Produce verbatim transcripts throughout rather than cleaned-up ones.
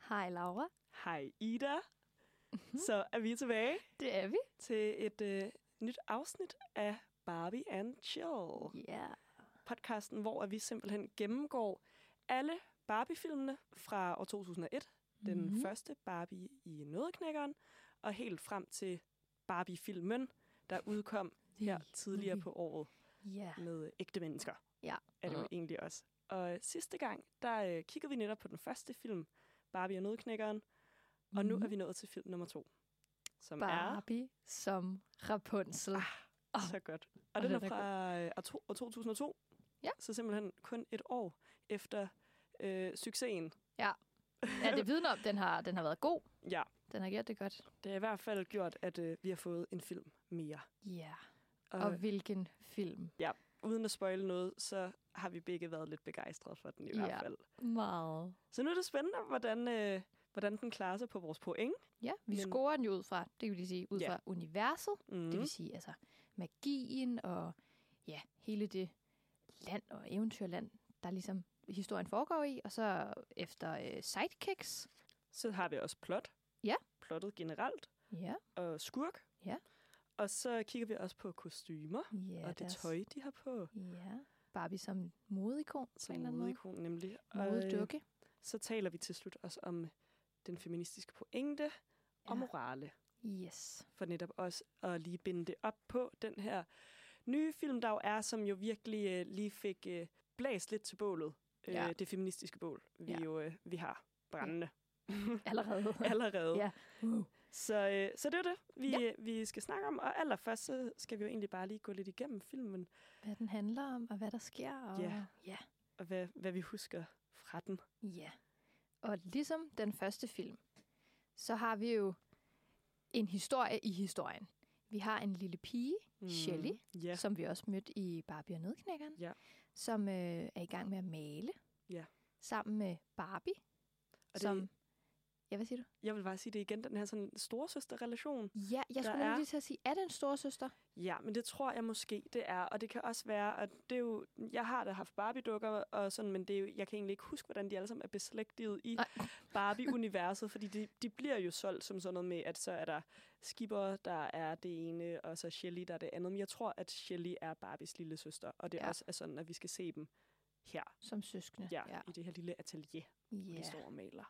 Hej Laura. Hej Ida. Mm-hmm. Så er vi tilbage. Det er vi. Til et øh, nyt afsnit af Barbie and Chill. Ja. Yeah. Podcasten, hvor vi simpelthen gennemgår alle Barbie-filmene fra år to tusind og et. Den mm-hmm. første Barbie i Nøddeknækkeren. Og helt frem til Barbie-filmen, der udkom her tidligere på året yeah. med ægte mennesker. Ja. Er det jo egentlig også. Og sidste gang, der øh, kiggede vi netop på den første film, Barbie og Nøddeknækkeren. Og mm. nu er vi nået til film nummer to, som Barbie er... som Rapunzel. Ah, oh. Så godt. Og, og den er fra øh, år to tusind og to. Ja. Så simpelthen kun et år efter øh, succesen. Ja. Ja, det vidner om, den har, den har været god. Ja. Den har gjort det godt. Det har i hvert fald gjort, at øh, vi har fået en film mere. Ja. Og, og hvilken film? Ja. Uden at spoile noget, så har vi begge været lidt begejstrede for den i ja, hvert fald. Meget. Så nu er det spændende, hvordan, øh, hvordan den klarer sig på vores point. Ja, vi Men... scorer den jo ud fra, det vil sige, ud ja. fra universet. Mm. Det vil sige, altså magien og ja, hele det land og eventyrland, der ligesom historien foregår i. Og så efter øh, sidekicks. Så har vi også plot. Ja. Plottet generelt. Ja. Og skurk. Ja. Og så kigger vi også på kostymer ja, og det tøj, de har på. Ja, Barbie som modeikon. Som modeikon, nemlig. Modedukke. Så taler vi til slut også om den feministiske pointe ja. og morale. Yes. For netop også at lige binde det op på den her nye film, der jo er, som jo virkelig uh, lige fik uh, blæst lidt til bålet. Ja. Uh, det feministiske bål, vi ja. jo uh, vi har brændende. Ja. Allerede. Allerede. Ja. Uh. Så, øh, så det er det, vi, ja. vi skal snakke om. Og allerførst så skal vi jo egentlig bare lige gå lidt igennem filmen. Hvad den handler om, og hvad der sker. Og, ja. ja. og hvad, hvad vi husker fra den. Ja. Og ligesom den første film, så har vi jo en historie i historien. Vi har en lille pige, mm. Shelly, yeah. som vi også mødte i Barbie og Nøddeknækkeren, yeah. som øh, er i gang med at male yeah. sammen med Barbie. Og som det... Ja, hvad siger du? Jeg vil bare sige, det igen, den her sådan storesøsterrelation. Ja, jeg skulle er... lige til at sige, er det en storesøster? Ja, men det tror jeg måske, det er. Og det kan også være, at det er jo... Jeg har da haft Barbie-dukker og sådan, men det er jo, jeg kan egentlig ikke huske, hvordan de alle sammen er beslægtet i Barbie-universet, fordi de, de bliver jo solgt som sådan noget med, at så er der Skipper, der er det ene, og så Shelly, der er det andet. Men jeg tror, at Shelly er Barbies lille søster, og det ja. også er sådan, at vi skal se dem her. Som søskende. Ja, ja. i det her lille atelier, yeah. hvor de står og maler.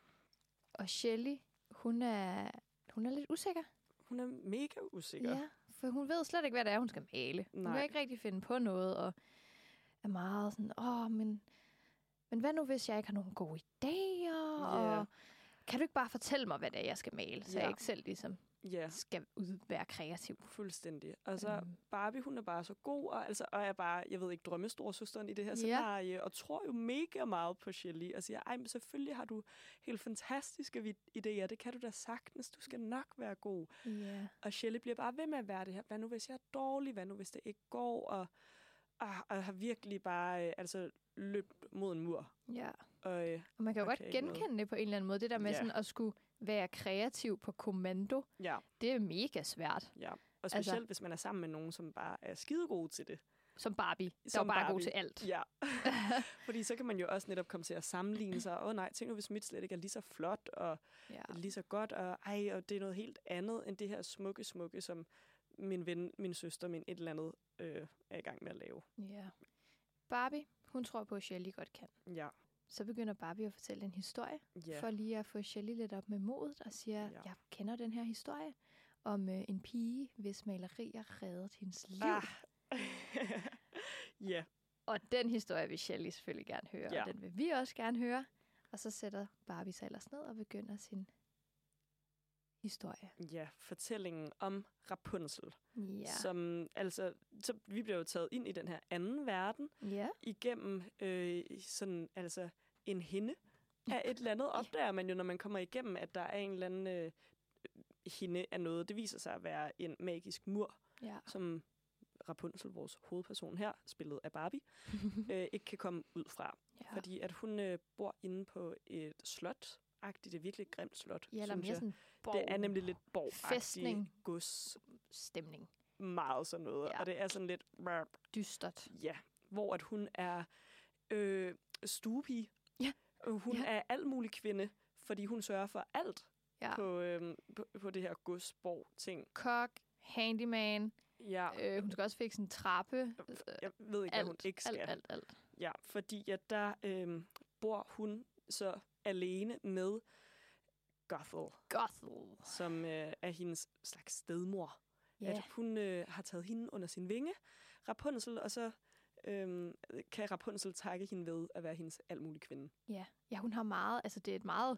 Og Shelly, hun er, hun er lidt usikker. Hun er mega usikker. Ja, for hun ved slet ikke, hvad det er, hun skal male. Hun Nej. kan ikke rigtig finde på noget, og er meget sådan, åh, men, men hvad nu, hvis jeg ikke har nogen gode idéer? Yeah. Og kan du ikke bare fortælle mig, hvad det er, jeg skal male, så yeah. jeg ikke selv ligesom yeah. skal ud være kreativ? Fuldstændig. Og så mm. Barbie, hun er bare så god, og, altså, og er bare, jeg ved ikke, drømmestoresøsteren i det her scenarie, yeah. og tror jo mega meget på Shelly, og siger, ej, men selvfølgelig har du helt fantastiske idéer, det kan du da sagtens, du skal nok være god. Yeah. Og Shelly bliver bare ved med at være det her, hvad nu hvis jeg er dårlig, hvad nu hvis det ikke går, og, og, og har virkelig bare, øh, altså, løb mod en mur. Ja, og, øh, og man kan jo godt genkende noget. det på en eller anden måde, det der med yeah. sådan at skulle være kreativ på kommando, ja. det er mega svært. Ja, og specielt altså, hvis man er sammen med nogen, som bare er skidegode til det. Som Barbie, der som er bare Barbie. god til alt. Ja, fordi så kan man jo også netop komme til at sammenligne sig. Åh oh, nej, tænk nu, hvis mit slet ikke er lige så flot og ja. lige så godt, og ej, og det er noget helt andet end det her smukke, smukke, som min ven, min søster, min et eller andet øh, er i gang med at lave. Ja. Barbie, hun tror på, at Shelly godt kan. Ja. Så begynder Barbie at fortælle en historie, yeah. for lige at få Shelly lidt op med modet, og siger, ja. jeg kender den her historie om øh, en pige, hvis malerier reddede hendes liv. Ah. Ja. Og den historie vil Shelly selvfølgelig gerne høre, ja. og den vil vi også gerne høre. Og så sætter Barbie sig ellers ned og begynder sin historie. Ja, fortællingen om Rapunzel. Ja. Som, altså, så vi bliver jo taget ind i den her anden verden, ja. igennem øh, sådan, altså, en hende af et eller andet. Opdager man jo, når man kommer igennem, at der er en eller anden øh, hende af noget. Det viser sig at være en magisk mur, ja. som Rapunzel, vores hovedperson her, spillet af Barbie, øh, ikke kan komme ud fra. Ja. Fordi at hun øh, bor inde på et slot. Det er virkelig et grimt slot. Ja, eller mere sådan borg. Det er nemlig lidt borgagtig gods stemning. Meget sådan noget. Ja. Og det er sådan lidt dystert. Ja, hvor at hun er øh, stuepige. Ja. Hun ja. er alt mulig kvinde fordi hun sørger for alt Ja. på, øhm, på, på det her godsborg-ting. Kok, handyman, Ja, øh, hun skal også fikse en trappe. jeg ved ikke, alt, hvad hun ikke skal. alt, alt, alt. Ja, fordi at der øhm, bor hun så alene med Gothel, Gothel. som øh, er hendes slags stedmor. Ja. At hun øh, har taget hende under sin vinge, Rapunzel, og så øhm, kan Rapunzel takke hende ved at være hendes altmulige kvinde. Ja. ja, hun har meget, altså det er et meget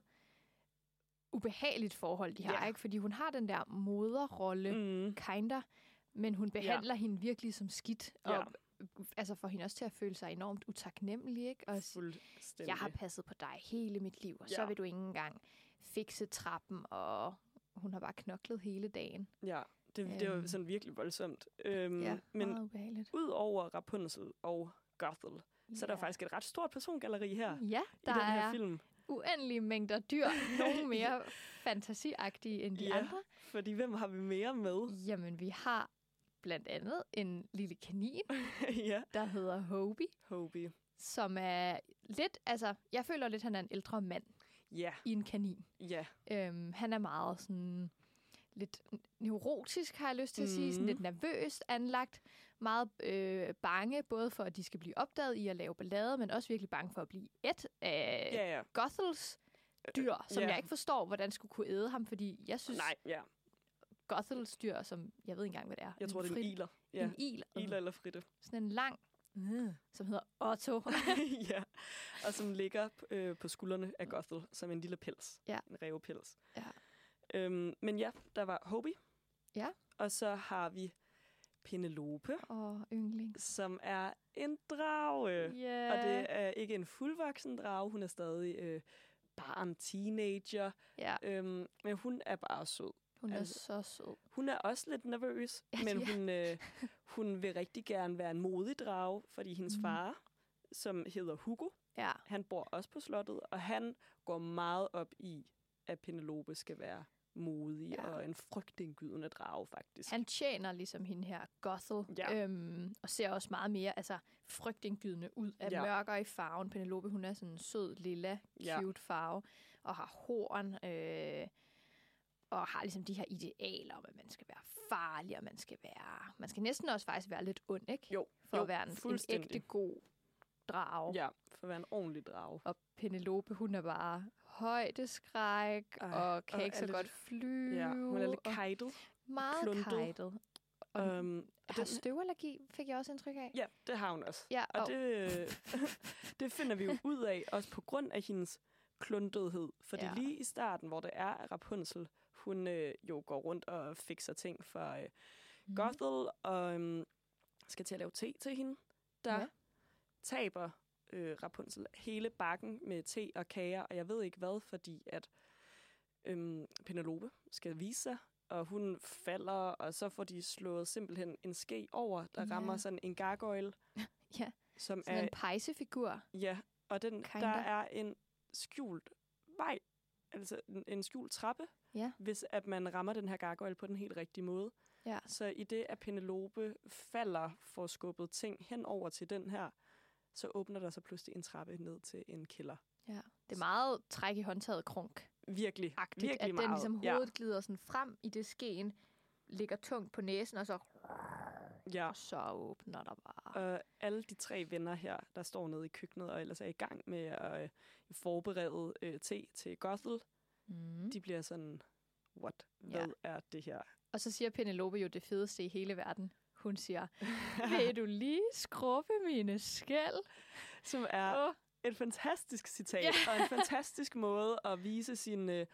ubehageligt forhold, de har, Ja. ikke? Fordi hun har den der moderrolle, Mm. kinder, men hun behandler ja. hende virkelig som skidt, og Ja. altså får hende også til at føle sig enormt utaknemmelig, ikke? Og sige, Fuldstændig. jeg har passet på dig hele mit liv, og Ja. så vil du ikke engang fikse trappen, og hun har bare knoklet hele dagen. Ja, det, det var Øhm. sådan virkelig voldsomt. Øhm, Ja, men meget ubehageligt. ud over Rapunzel og Gothel, så er der Ja. faktisk et ret stort persongalleri her Ja, i der den her er film. uendelige mængder dyr, nogle mere fantasiagtige end de Ja. andre. Fordi hvem har vi mere med? Jamen, vi har blandt andet en lille kanin, ja, der hedder Hobie, Hobie. som er lidt, altså, jeg føler lidt, han er en ældre mand Ja, i en kanin. ja. Øhm, han er meget sådan lidt neurotisk, har jeg lyst til at sige, sådan Mhm. lidt nervøst anlagt, meget øh, bange, både for, at de skal blive opdaget i at lave ballade, men også virkelig bange for at blive et af Ja, ja. Gothels dyr, som ja. jeg ikke forstår, hvordan skulle kunne æde ham, fordi jeg synes, Nej, ja. Gothels dyr, som jeg ved ikke engang, hvad det er. Jeg tror, det er en frit- iler. Ja, En il. iler eller fritte. Sådan en lang, øh, som hedder Otto. ja, og som ligger øh, på skuldrene af Gothel som en lille pels. Ja. En rævepels. Ja. Øhm, men ja, der var Hobie. Ja. Og så har vi Penelope, Og yngling. som er en drage. Yeah. Og det er ikke en fuldvoksen drage. Hun er stadig øh, barn, teenager. Ja, Øhm, men hun er bare sød. hun er altså- så sød. Hun er også lidt nervøs, Ja, men ja. hun, øh, hun vil rigtig gerne være en modig drage, fordi hendes Mhm. far, som hedder Hugo, Ja, han bor også på slottet, og han går meget op i, at Penelope skal være modig Ja. og en frygtindgydende drage, faktisk. han tjener ligesom hende her, Gothel, Ja. øhm, og ser også meget mere altså, frygtindgydende ud af Ja. mørkere i farven. Penelope, hun er sådan en sød, lilla, Ja. cute farve, og har horn, øh, og har ligesom de her idealer om, at man skal være farlig, og man skal være, man skal næsten også faktisk være lidt ond, ikke? Jo, For jo, at være en, en fuldstændig. ægte god drage. Ja, for at være en ordentlig drage. Og Penelope, hun er bare højdeskræk, Ej, og kan og ikke er så lidt- godt flyve. Ja, hun er lidt og kajtet. meget kluntet. kajtet. Og Um, har støvallergi, fik jeg også indtryk af. ja, det har hun også. Ja, Og og, det, det finder vi jo ud af, også på grund af hendes kluntethed. Fordi Ja. ja. lige i starten, hvor det er at Rapunzel, hun øh, jo går rundt og fikser ting for øh, Mhm. Gothel, og øhm, skal til at lave te til hende, der Ja. ja. taber øh, Rapunzel hele bakken med te og kager, og jeg ved ikke hvad, fordi at øhm, Penelope skal vise sig, og hun falder, og så får de slået simpelthen en ske over, der Ja. rammer sådan en gargoyle, Ja, som sådan er, en pejsefigur. ja, og den, Kinda. der er en skjult vej, altså en, en skjult trappe, Ja. hvis at man rammer den her gargoyle på den helt rigtige måde. Ja. Så i det, at Penelope falder for skubbet ting hen over til den her, så åbner der så pludselig en trappe ned til en kælder. Ja. Det er meget træk i håndtaget krunk. Virkelig, Agtigt, virkelig at den meget. ligesom hovedet glider sådan frem i det skeen, ligger tungt på næsen, og så, Ja. og så åbner der bare. Og alle de tre venner her, der står nede i køkkenet og ellers er i gang med at øh, forberede øh, te til Gothel, Mm. de bliver sådan, what? Ja. Hvad er det her? Og så siger Penelope jo det fedeste i hele verden. Hun siger, vil du lige skrubbe mine skæld? Som er Åh, et fantastisk citat, Ja. og en fantastisk måde at vise sin øh,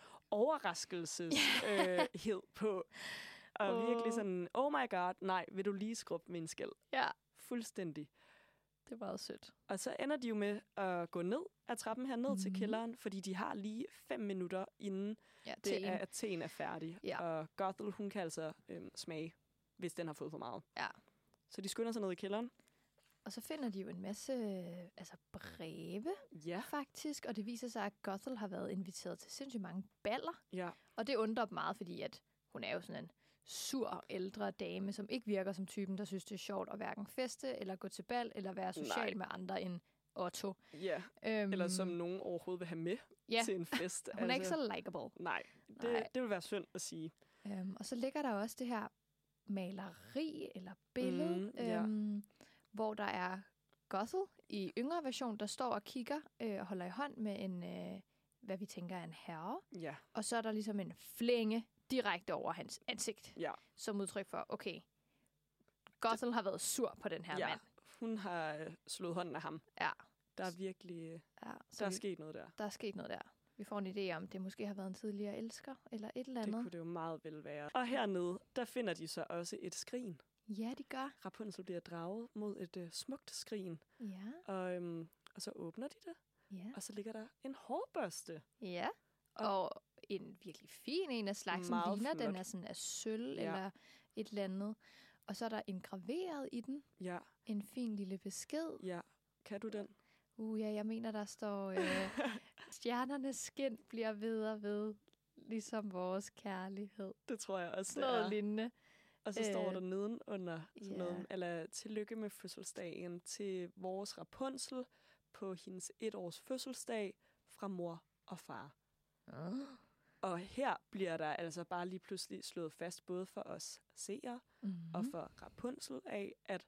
overraskelseshed øh, på. Og Åh. virkelig sådan, oh my god, nej, vil du lige skrubbe min skæld? ja, Fuldstændig. det er meget sødt. Og så ender de jo med at gå ned ad trappen her ned mm. til Mhm. kælderen, fordi de har lige fem minutter, inden Ja, det teen. er, at teen er færdig. Ja. Og Gothel, hun kan altså øhm, smage, hvis den har fået for meget. Ja. Så de skynder sig ned i kælderen. Og så finder de jo en masse altså breve, Ja. faktisk. Og det viser sig, at Gothel har været inviteret til sindssygt mange baller. Ja. Og det undrer dem meget, fordi at hun er jo sådan en sur ældre dame, som ikke virker som typen, der synes, det er sjovt at hverken feste, eller gå til bal, eller være social Nej. med andre end Otto. Ja, Øhm, eller som nogen overhovedet vil have med ja. til en fest. Hun er ikke så likeable. Nej, det, Nej. det vil være synd at sige. Øhm, og så ligger der også det her maleri eller billede, Mm, ja. øhm, hvor der er Gothel i yngre version, der står og kigger øh, og holder i hånd med en, øh, hvad vi tænker er en herre. Ja, Og så er der ligesom en flænge direkte over hans ansigt, ja, som udtryk for, okay, Gothel har været sur på den her ja. mand. Hun har øh, slået hånden af ham. Ja. Der er virkelig, øh, ja så der er vi, sket noget der. der er sket noget der. Vi får en idé om, det måske har været en tidligere elsker, eller et eller Det andet. kunne det jo meget vel være. Og hernede, der finder de så også et skrin. Ja, de gør. Rapunzel bliver draget mod et øh, smukt skrin. Ja, Og, øhm, og så åbner de det, ja. og så ligger der en hårbørste. Ja, og en virkelig fin en af slagsen Meget ligner, den flot. er sådan af sølv Ja. eller et eller andet. Og så er der engraveret i den Ja, en fin lille besked. ja. Kan du den? Uh, ja, jeg mener, der står, øh, stjernernes skin bliver ved og ved, ligesom vores kærlighed. Det tror jeg også, det Noget er. lignende. Og så står Øh, der nedenunder sådan ja. noget, eller tillykke med fødselsdagen til vores Rapunzel på hendes et års fødselsdag fra mor og far. Oh. Og her bliver der altså bare lige pludselig slået fast, både for os seere Mm-hmm. og for Rapunzel af, at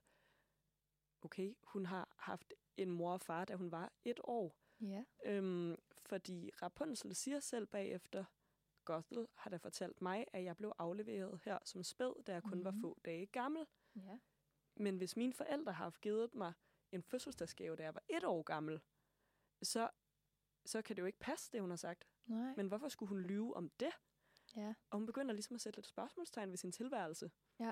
okay, hun har haft en mor og far, da hun var et år. Ja. Øhm, fordi Rapunzel siger selv bagefter, Gothel har da fortalt mig, at jeg blev afleveret her som spæd, da jeg kun Mhm. var få dage gammel. Ja. Men hvis mine forældre har haft givet mig en fødselsdagsgave, da jeg var et år gammel, så, så kan det jo ikke passe, det hun har sagt. Nej. Men hvorfor skulle hun lyve om det? Ja. Og hun begynder ligesom at sætte lidt spørgsmålstegn ved sin tilværelse.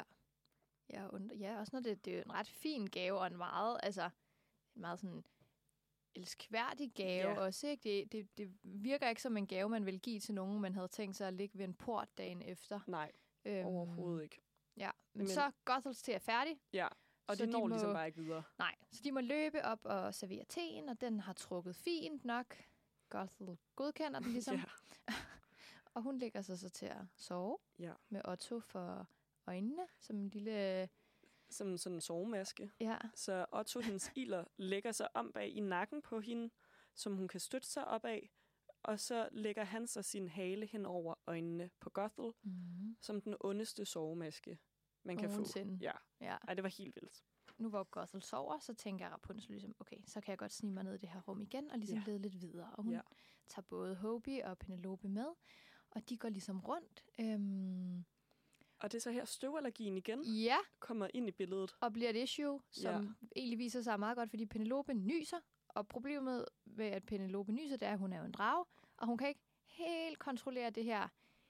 Ja, und- ja, også når det, det er en ret fin gave, og en meget, altså, en meget sådan elskværdig gave Ja. også, ikke? Det, det, det virker ikke som en gave, man vil give til nogen, man havde tænkt sig at ligge ved en port dagen efter. Nej, Øhm, overhovedet ikke. Ja, men, Men- men så Gothels te er færdig. Ja, og så de de når må- ligesom bare ikke videre. Nej, så de må løbe op og servere teen, og den har trukket fint nok. Gothel godkender den ligesom. Ja. Og hun lægger sig så til at sove Ja. med Otto for øjnene, som en lille... Som sådan en sovemaske. Ja, Så Otto, hendes ilder, lægger sig om bag i nakken på hende, som hun kan støtte sig op af. Og så lægger han så sin hale hen over øjnene på Gothel, mm-hmm. som den ondeste sovemaske, man kan få. Nogensinde. Ja. Ja. Ej, det var helt vildt. Nu hvor Gothel sover, så tænker Rapunzel ligesom, okay, så kan jeg godt snige mig ned i det her rum igen, og ligesom Ja. lede lidt videre. Og hun Ja. tager både Hobie og Penelope med, og de går ligesom rundt. Øhm, Og det er så her, støvallergien igen ja, kommer ind i billedet. og bliver et issue, som Ja. egentlig viser sig meget godt, fordi Penelope nyser, og problemet med, at Penelope nyser, det er, at hun er jo en drage, og hun kan ikke helt kontrollere det her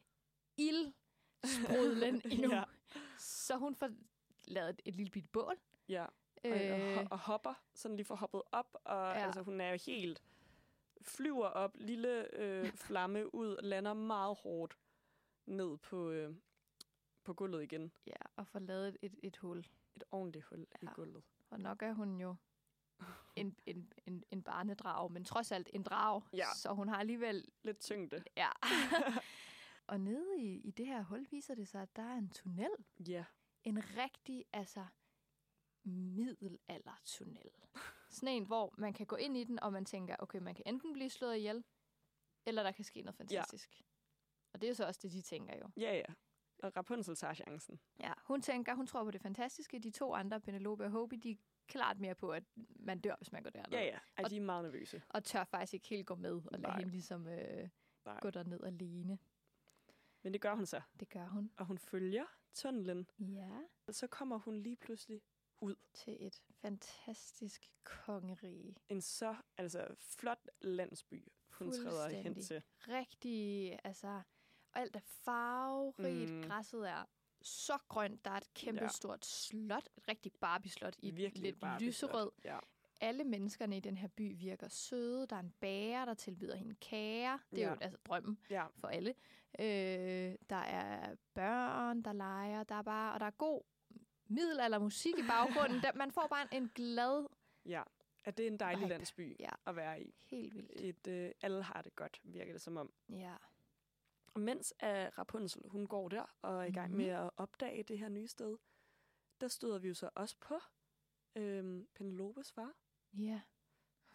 ildsprudlen endnu. Ja. Så hun får lavet et, et lille bitte bål. Ja. Og, Øh, og, og hopper, sådan lige får hoppet op, og Ja. ja. altså, hun er jo helt, flyver op, lille øh, flamme ud, lander meget hårdt ned på, øh, på gulvet igen. ja, og får lavet et, et hul. Et ordentligt hul ja. i Ja. gulvet. Og nok er hun jo en, en, en, en barnedrag, men trods alt en drag. Ja. Så hun har alligevel... Lidt tyngde. Ja. Og nede i, i det her hul viser det sig, at der er en tunnel. Ja. En rigtig, altså, middelaldertunnel. Sådan en, hvor man kan gå ind i den, og man tænker, okay, man kan enten blive slået ihjel, eller der kan ske noget fantastisk. Ja. Og det er jo så også det, de tænker jo. Ja, ja. Og Rapunzel tager chancen. Ja, hun tænker, hun tror på det fantastiske. De to andre, Penelope og Hobie, de er klart mere på, at man dør, hvis man går derned. Ja, ja. Ej, Og- de er meget nervøse. Og tør faktisk ikke helt gå med og lade Nej. hende ligesom øh, Nej. gå derned alene. Men det gør hun så. Det gør hun. Og hun følger tunnelen. Ja. Og så kommer hun lige pludselig ud. Til et fantastisk kongerige. En så altså flot landsby, hun træder hen Fuldstændig. til. Rigtig, altså, alt er farverigt. Mm. Mm. Græsset er så grønt. Der er et kæmpe Ja. stort slot. Et rigtig Barbie-slot i Virkelig lidt Barbie-slot. lyserød. Ja. Alle menneskerne i den her by virker søde. Der er en bager, der tilbyder hende kager. Det er Ja. jo altså drømmen Ja. for alle. Øh, der er børn, der leger. Der er bare, og der er god middelaldermusik i baggrunden. Der, man får bare en glad, Ja. At det er en dejlig Vibe. landsby Ja. at være i. helt vildt. Et, øh, alle har det godt, virker det som om. Ja. Og mens at Rapunzel, hun går der og er i gang Mhm. med at opdage det her nye sted, der støder vi jo så også på øhm, Penelopes far. Ja.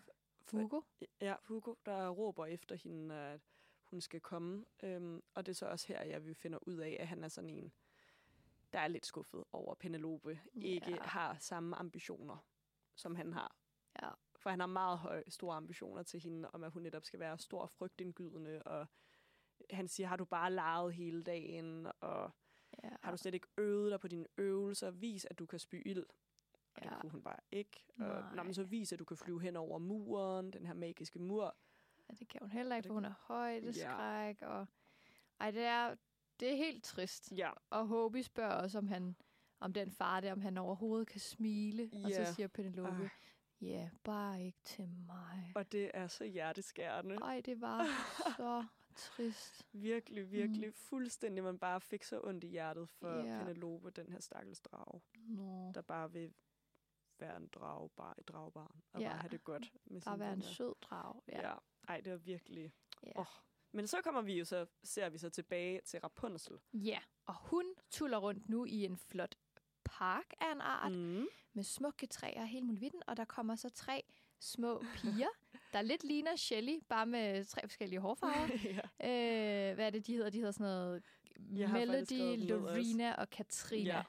Hugo? Ja, Hugo, der råber efter hende, at hun skal komme. Øhm, og det er så også her, jeg vi finder ud af, at han er sådan en, der er lidt skuffet over, at Penelope Ja. ikke har samme ambitioner, som han har. Ja. For han har meget høje, store ambitioner til hende, om at hun netop skal være stor og frygtindgydende, og han siger, har du bare leget hele dagen, og Ja. har du slet ikke øvet dig på dine øvelser, vis, at du kan spy ild. Og Ja. det kunne hun bare ikke. Og Nej. når man så viser, at du kan flyve hen over muren, den her magiske mur. Ja, det kan hun heller ikke, det- for hun er højdeskræk. Ja. Og... Ej, det er, det er helt trist. Ja, Og Hobie spørger også, om, han, om den far der, om han overhovedet kan smile. Og Ja. så siger Penelope, Ej. ja, bare ikke til mig. og det er så hjerteskærende. Ej, det var så trist. Virkelig, virkelig. Mm. Fuldstændig, man bare fik så ondt i hjertet for Ja. Penelope, den her stakkels drage, Nå. der bare vil være en drage, bare et dragebarn, og Ja. bare have det godt med Bare sin være en venner. sød drag. Ja. Ja. Ej, det er virkelig... Ja. Åh. Men så kommer vi jo så, ser vi så tilbage til Rapunzel. ja, og hun tuller rundt nu i en flot park af en art, Mm. med smukke træer og hele muligheden, og der kommer så tre små piger, der lidt ligner Shelley, bare med tre forskellige hårfarver. ja. øh, hvad er det, de hedder? De hedder sådan noget Jeg har faktisk Melody, skrevet dem ned også. Lorena og Katrina. Ja.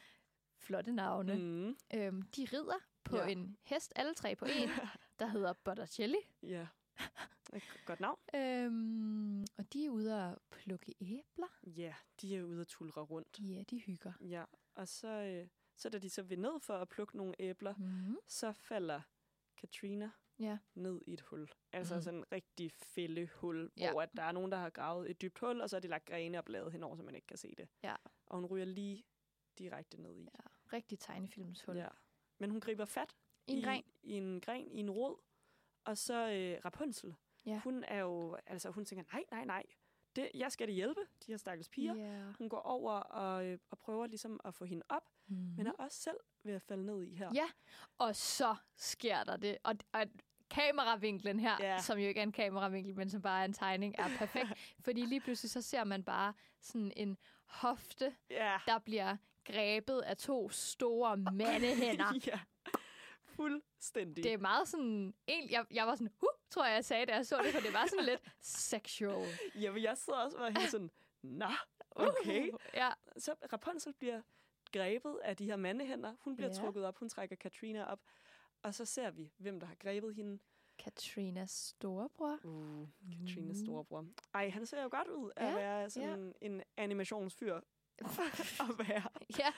Flotte navne. Mm. Mm. Øhm, de rider på Ja. en hest, alle tre på en, der hedder Botticelli. Ja. Et godt navn. Øhm, og de er ude at plukke æbler. Ja, de er ude at tulre rundt. Ja, de hygger. Ja, og så, øh, så da de så vil ned for at plukke nogle æbler, Mm. så falder Katrina Ja. ned i et hul. Altså Mhm. sådan en rigtig fældehul, Ja. hvor at der er nogen, der har gravet et dybt hul, og så har de lagt grene og blade henover, så man ikke kan se det. Ja. Og hun ryger lige direkte ned i. Ja, rigtig tegnefilmshul. Ja. Men hun griber fat I en gren. i en gren, i en rod, og så øh, Rapunzel. Ja. Hun er jo, altså hun tænker, nej, nej, nej, det, jeg skal da hjælpe de her stakkels piger. Ja. Hun går over og, øh, og prøver ligesom at få hende op, Mm. men er også selv ved at falde ned i her. Ja, og så sker der det. Og, og kameravinklen her, Ja. som jo ikke er en kameravinkel, men som bare er en tegning, er perfekt. Fordi lige pludselig så ser man bare sådan en hofte, Ja. der bliver grebet af to store mandehænder. ja. Fuldstændig. Det er meget sådan... Egentlig, jeg, jeg var sådan, huh, tror jeg, jeg sagde, da jeg så det, for det var sådan lidt sexual. Jamen, jeg sidder også og var helt sådan, nå, okay. Uh, ja, Så Rapunzel bliver grebet af de her mandehænder. Hun bliver Ja. trukket op, hun trækker Katrina op. Og så ser vi, hvem der har grebet hende. Katrinas storebror. Uh, Katrinas Mm. storebror. Ej, han ser jo godt ud at Ja, være sådan en animationsfyr at være. Ja.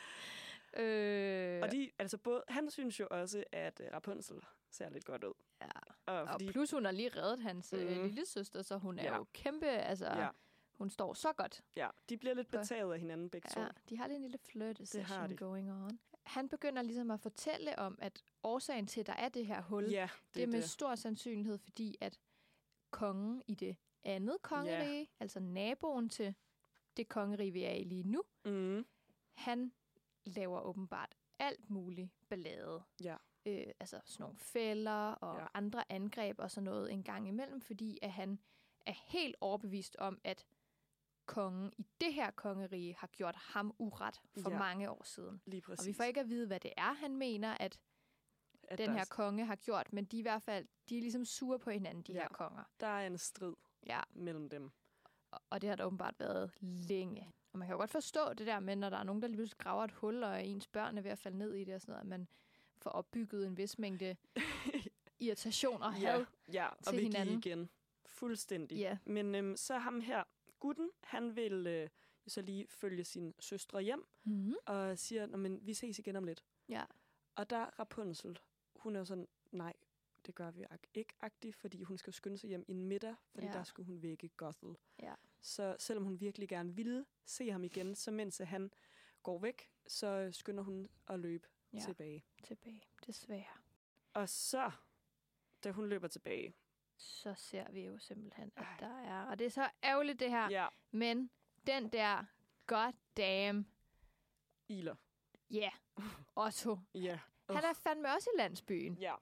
Øh, Og de, altså både, han synes jo også, at øh, Rapunzel ser lidt godt ud. Ja. Og og fordi, plus hun har lige reddet hans mm. Mhm. lille søster, så hun er Ja. jo kæmpe, altså ja, hun står så godt. ja, de bliver lidt Godt. betaget af hinanden begge to. Ja, de har lige en lille flirt har session de. going on. Han begynder ligesom at fortælle om, at årsagen til, at der er det her hul, Ja, det, det er er med det. stor sandsynlighed, fordi at kongen i det andet kongerige, ja. altså naboen til det kongerige, vi er i lige nu, Mm. han laver åbenbart alt muligt ballade. Ja. Øh, altså sådan nogle fælder og Ja. ja. andre angreb og sådan noget en gang imellem, fordi at han er helt overbevist om, at kongen i det her kongerige har gjort ham uret for Ja. ja. mange år siden. Lige præcis. Og vi får ikke at vide, hvad det er, han mener, at, at den der, her konge har gjort, men de er i hvert fald, de er ligesom sure på hinanden, de Ja. her konger. der er en strid Ja, mellem dem. og, og det har der åbenbart været længe. Og man kan jo godt forstå det der med, når der er nogen, der lige pludselig graver et hul, og ens børn er ved at falde ned i det og sådan noget, at man får opbygget en vis mængde irritation og had. ja, ja, og til vil give hinanden. igen. Fuldstændig. Ja. Men øhm, så ham her, gutten, han vil øh, så lige følge sin søstre hjem, Mm-hmm. og siger, "Nå, men vi ses igen om lidt." Ja. Og der er Rapunzel, hun er jo sådan, nej, det gør vi ak- ikke agtigt, fordi hun skal skynde sig hjem i en middag, fordi Ja. der skal hun vække Gothel. Ja. Så selvom hun virkelig gerne ville se ham igen, så mens han går væk, så skynder hun at løbe Ja. tilbage. Tilbage, desværre. Og så, da hun løber tilbage, Så ser vi jo simpelthen, at Ej. der er... Og det er så ærgerligt, det her. ja, Men den der goddamn... iler. Ja, yeah, Otto. Ja. Han er fandme også i landsbyen. Ja.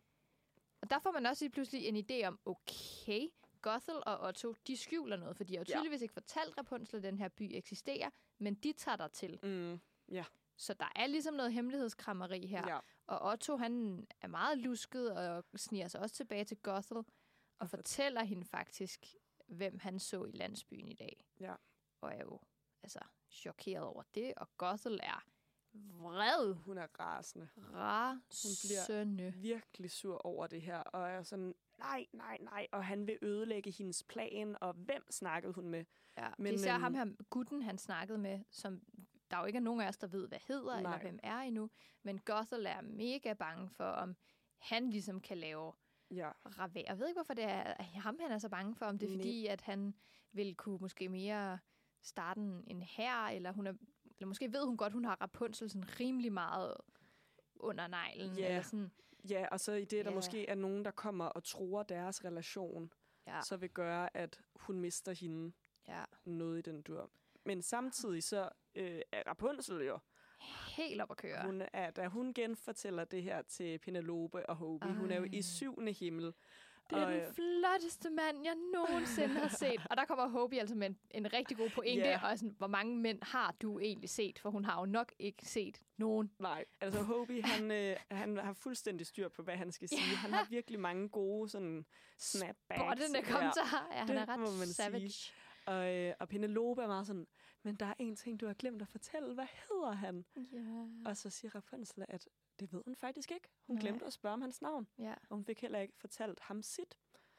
Og der får man også lige pludselig en idé om, okay, Gothel og Otto, de skjuler noget, for de har jo Ja. tydeligvis ikke fortalt Rapunzel, at den her by eksisterer, men de tager der til. Mm, Så der er ligesom noget hemmelighedskrammeri her. ja. Og Otto, han er meget lusket og sniger sig også tilbage til Gothel og, og fortæller hende faktisk, hvem han så i landsbyen i dag. Ja. Og er jo altså chokeret over det, og Gothel er vred. Hun er rasende. Rasende. Hun bliver virkelig sur over det her, og er sådan, nej, nej, nej, og han vil ødelægge hendes plan, og hvem snakkede hun med? Ja, Men, det er især øhm, ham her, gutten, han snakkede med, som der jo ikke er nogen af os, der ved, hvad hedder, nej. eller hvem er endnu, men Gothel er mega bange for, om han ligesom kan lave ja. ravær. Jeg ved ikke, hvorfor det er ham, han er så bange for, om det er Nej. fordi, at han vil kunne måske mere starte en hær, eller hun er, eller måske ved hun godt, hun har Rapunzel sådan rimelig meget under neglen. Ja. Eller sådan. Ja, og så i det, der Ja. måske er nogen, der kommer og tror deres relation, Ja. så vil gøre, at hun mister hende Ja. noget i den dur. Men samtidig så øh, er Rapunzel jo, Helt op at køre. hun er, da hun genfortæller det her til Penelope og Hobie, Ej. hun er jo i syvende himmel. Det er og, den flotteste mand, jeg nogensinde har set. Og der kommer Hobie altså med en, en rigtig god pointe. Ja. Og sådan, hvor mange mænd har du egentlig set? For hun har jo nok ikke set nogen. Nej, altså Hobie, han, øh, han har fuldstændig styr på, hvad han skal sige. Han har virkelig mange gode sådan snapbacks. Spottende kommentarer. Ja, han det er ret må man savage. sige. Og, øh, og Penelope er meget sådan, men der er en ting, du har glemt at fortælle. Hvad hedder han? Ja. Og så siger Rapunzel, at det ved hun faktisk ikke. Hun Nej. glemte at spørge om hans navn. Ja. Og hun fik heller ikke fortalt ham sit.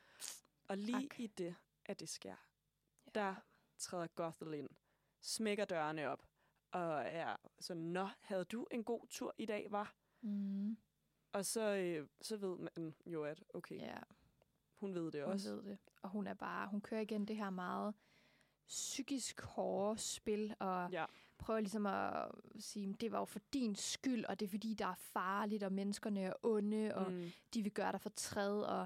Og lige Ak. i det, at det sker, der træder Gothel ind, smækker dørene op, og er sådan, nå, havde du en god tur i dag, var? Mm. Og så, øh, så ved man jo, at okay, Ja, hun ved det hun også. ved det. Og hun er bare, hun kører igen det her meget psykisk hårde spil, og Ja. prøver ligesom at sige, det var jo for din skyld, og det er fordi, der er farligt, og menneskerne er onde, og Mm. de vil gøre dig fortræd, og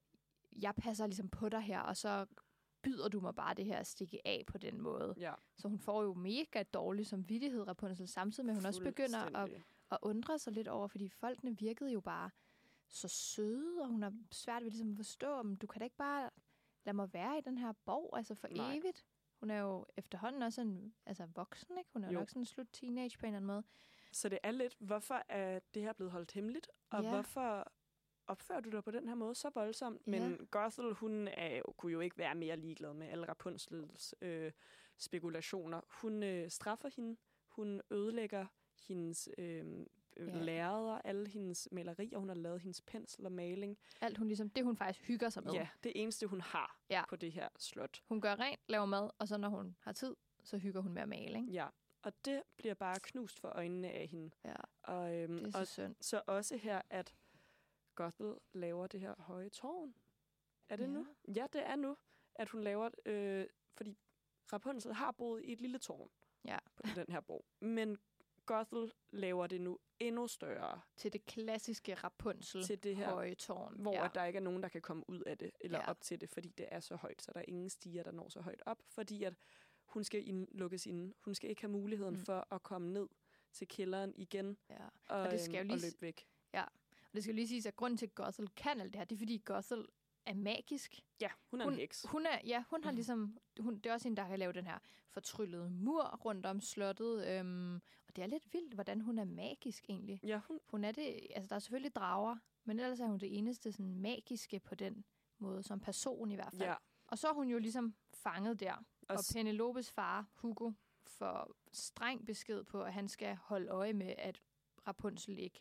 jeg passer ligesom på dig her, og så byder du mig bare det her at stikke af på den måde. Ja, Så hun får jo mega dårlig samvittighed, Rapunzel, samtidig med, at hun også begynder at, fuldstændig. at undre sig lidt over, fordi folkene virkede jo bare så søde, og hun har svært ved ligesom at forstå, om du kan da ikke bare lade mig være i den her borg, altså for Nej. evigt. Hun er jo efterhånden også en altså voksen, ikke? Hun er jo Jo. nok sådan en slut teenage på en eller anden måde. Så det er lidt, hvorfor er det her blevet holdt hemmeligt, og Ja. hvorfor opfører du dig på den her måde så voldsomt? Ja. Men Gothel, hun er, jo- kunne jo ikke være mere ligeglad med alle Rapunzels øh, spekulationer. Hun øh, straffer hende, hun ødelægger hendes øh, Ja. ja. lærreder, alle hendes malerier, hun har lavet hendes pensel og maling. Alt hun ligesom, det hun faktisk hygger sig med. Ja, det eneste, hun har Ja. på det her slot. Hun gør rent, laver mad, og så når hun har tid, så hygger hun med at male, ikke? Ja, og det bliver bare knust for øjnene af hende. Ja, Og, øhm, det er så og synd. så også her, at Gothel laver det her høje tårn. Er det Ja. nu? Ja, det er nu, at hun laver det, øh, fordi Rapunzel har boet i et lille tårn Ja. på den her borg. Men Gothel laver det nu endnu større Til det klassiske Rapunzel til det her, høje tårn. hvor ja. ja. der ikke er nogen, der kan komme ud af det, eller Ja. ja. op til det, fordi det er så højt, så der er ingen stiger, der når så højt op, fordi at hun skal ind, lukkes inde. Hun skal ikke have muligheden Mm. mm. for at komme ned til kælderen igen ja. og, Og det skal jo øhm, lige og s- løbe væk. Og det skal jo lige siges, at grunden til, at Gothel kan alt det her, det er, fordi Gothel er magisk. Ja, hun er Hun- en heks. Hun er, ja, hun har Mhm. ligesom, hun, det er også en, der kan lave den her fortryllede mur rundt om slottet. Øhm, og det er lidt vildt, hvordan hun er magisk egentlig. Ja, hun, Hun er det, altså der er selvfølgelig drager, men ellers er hun det eneste sådan magiske på den måde, som person i hvert fald. ja. Og så er hun jo ligesom fanget der. Og, Og s- Penelopes far, Hugo, får streng besked på, at han skal holde øje med, at Rapunzel ikke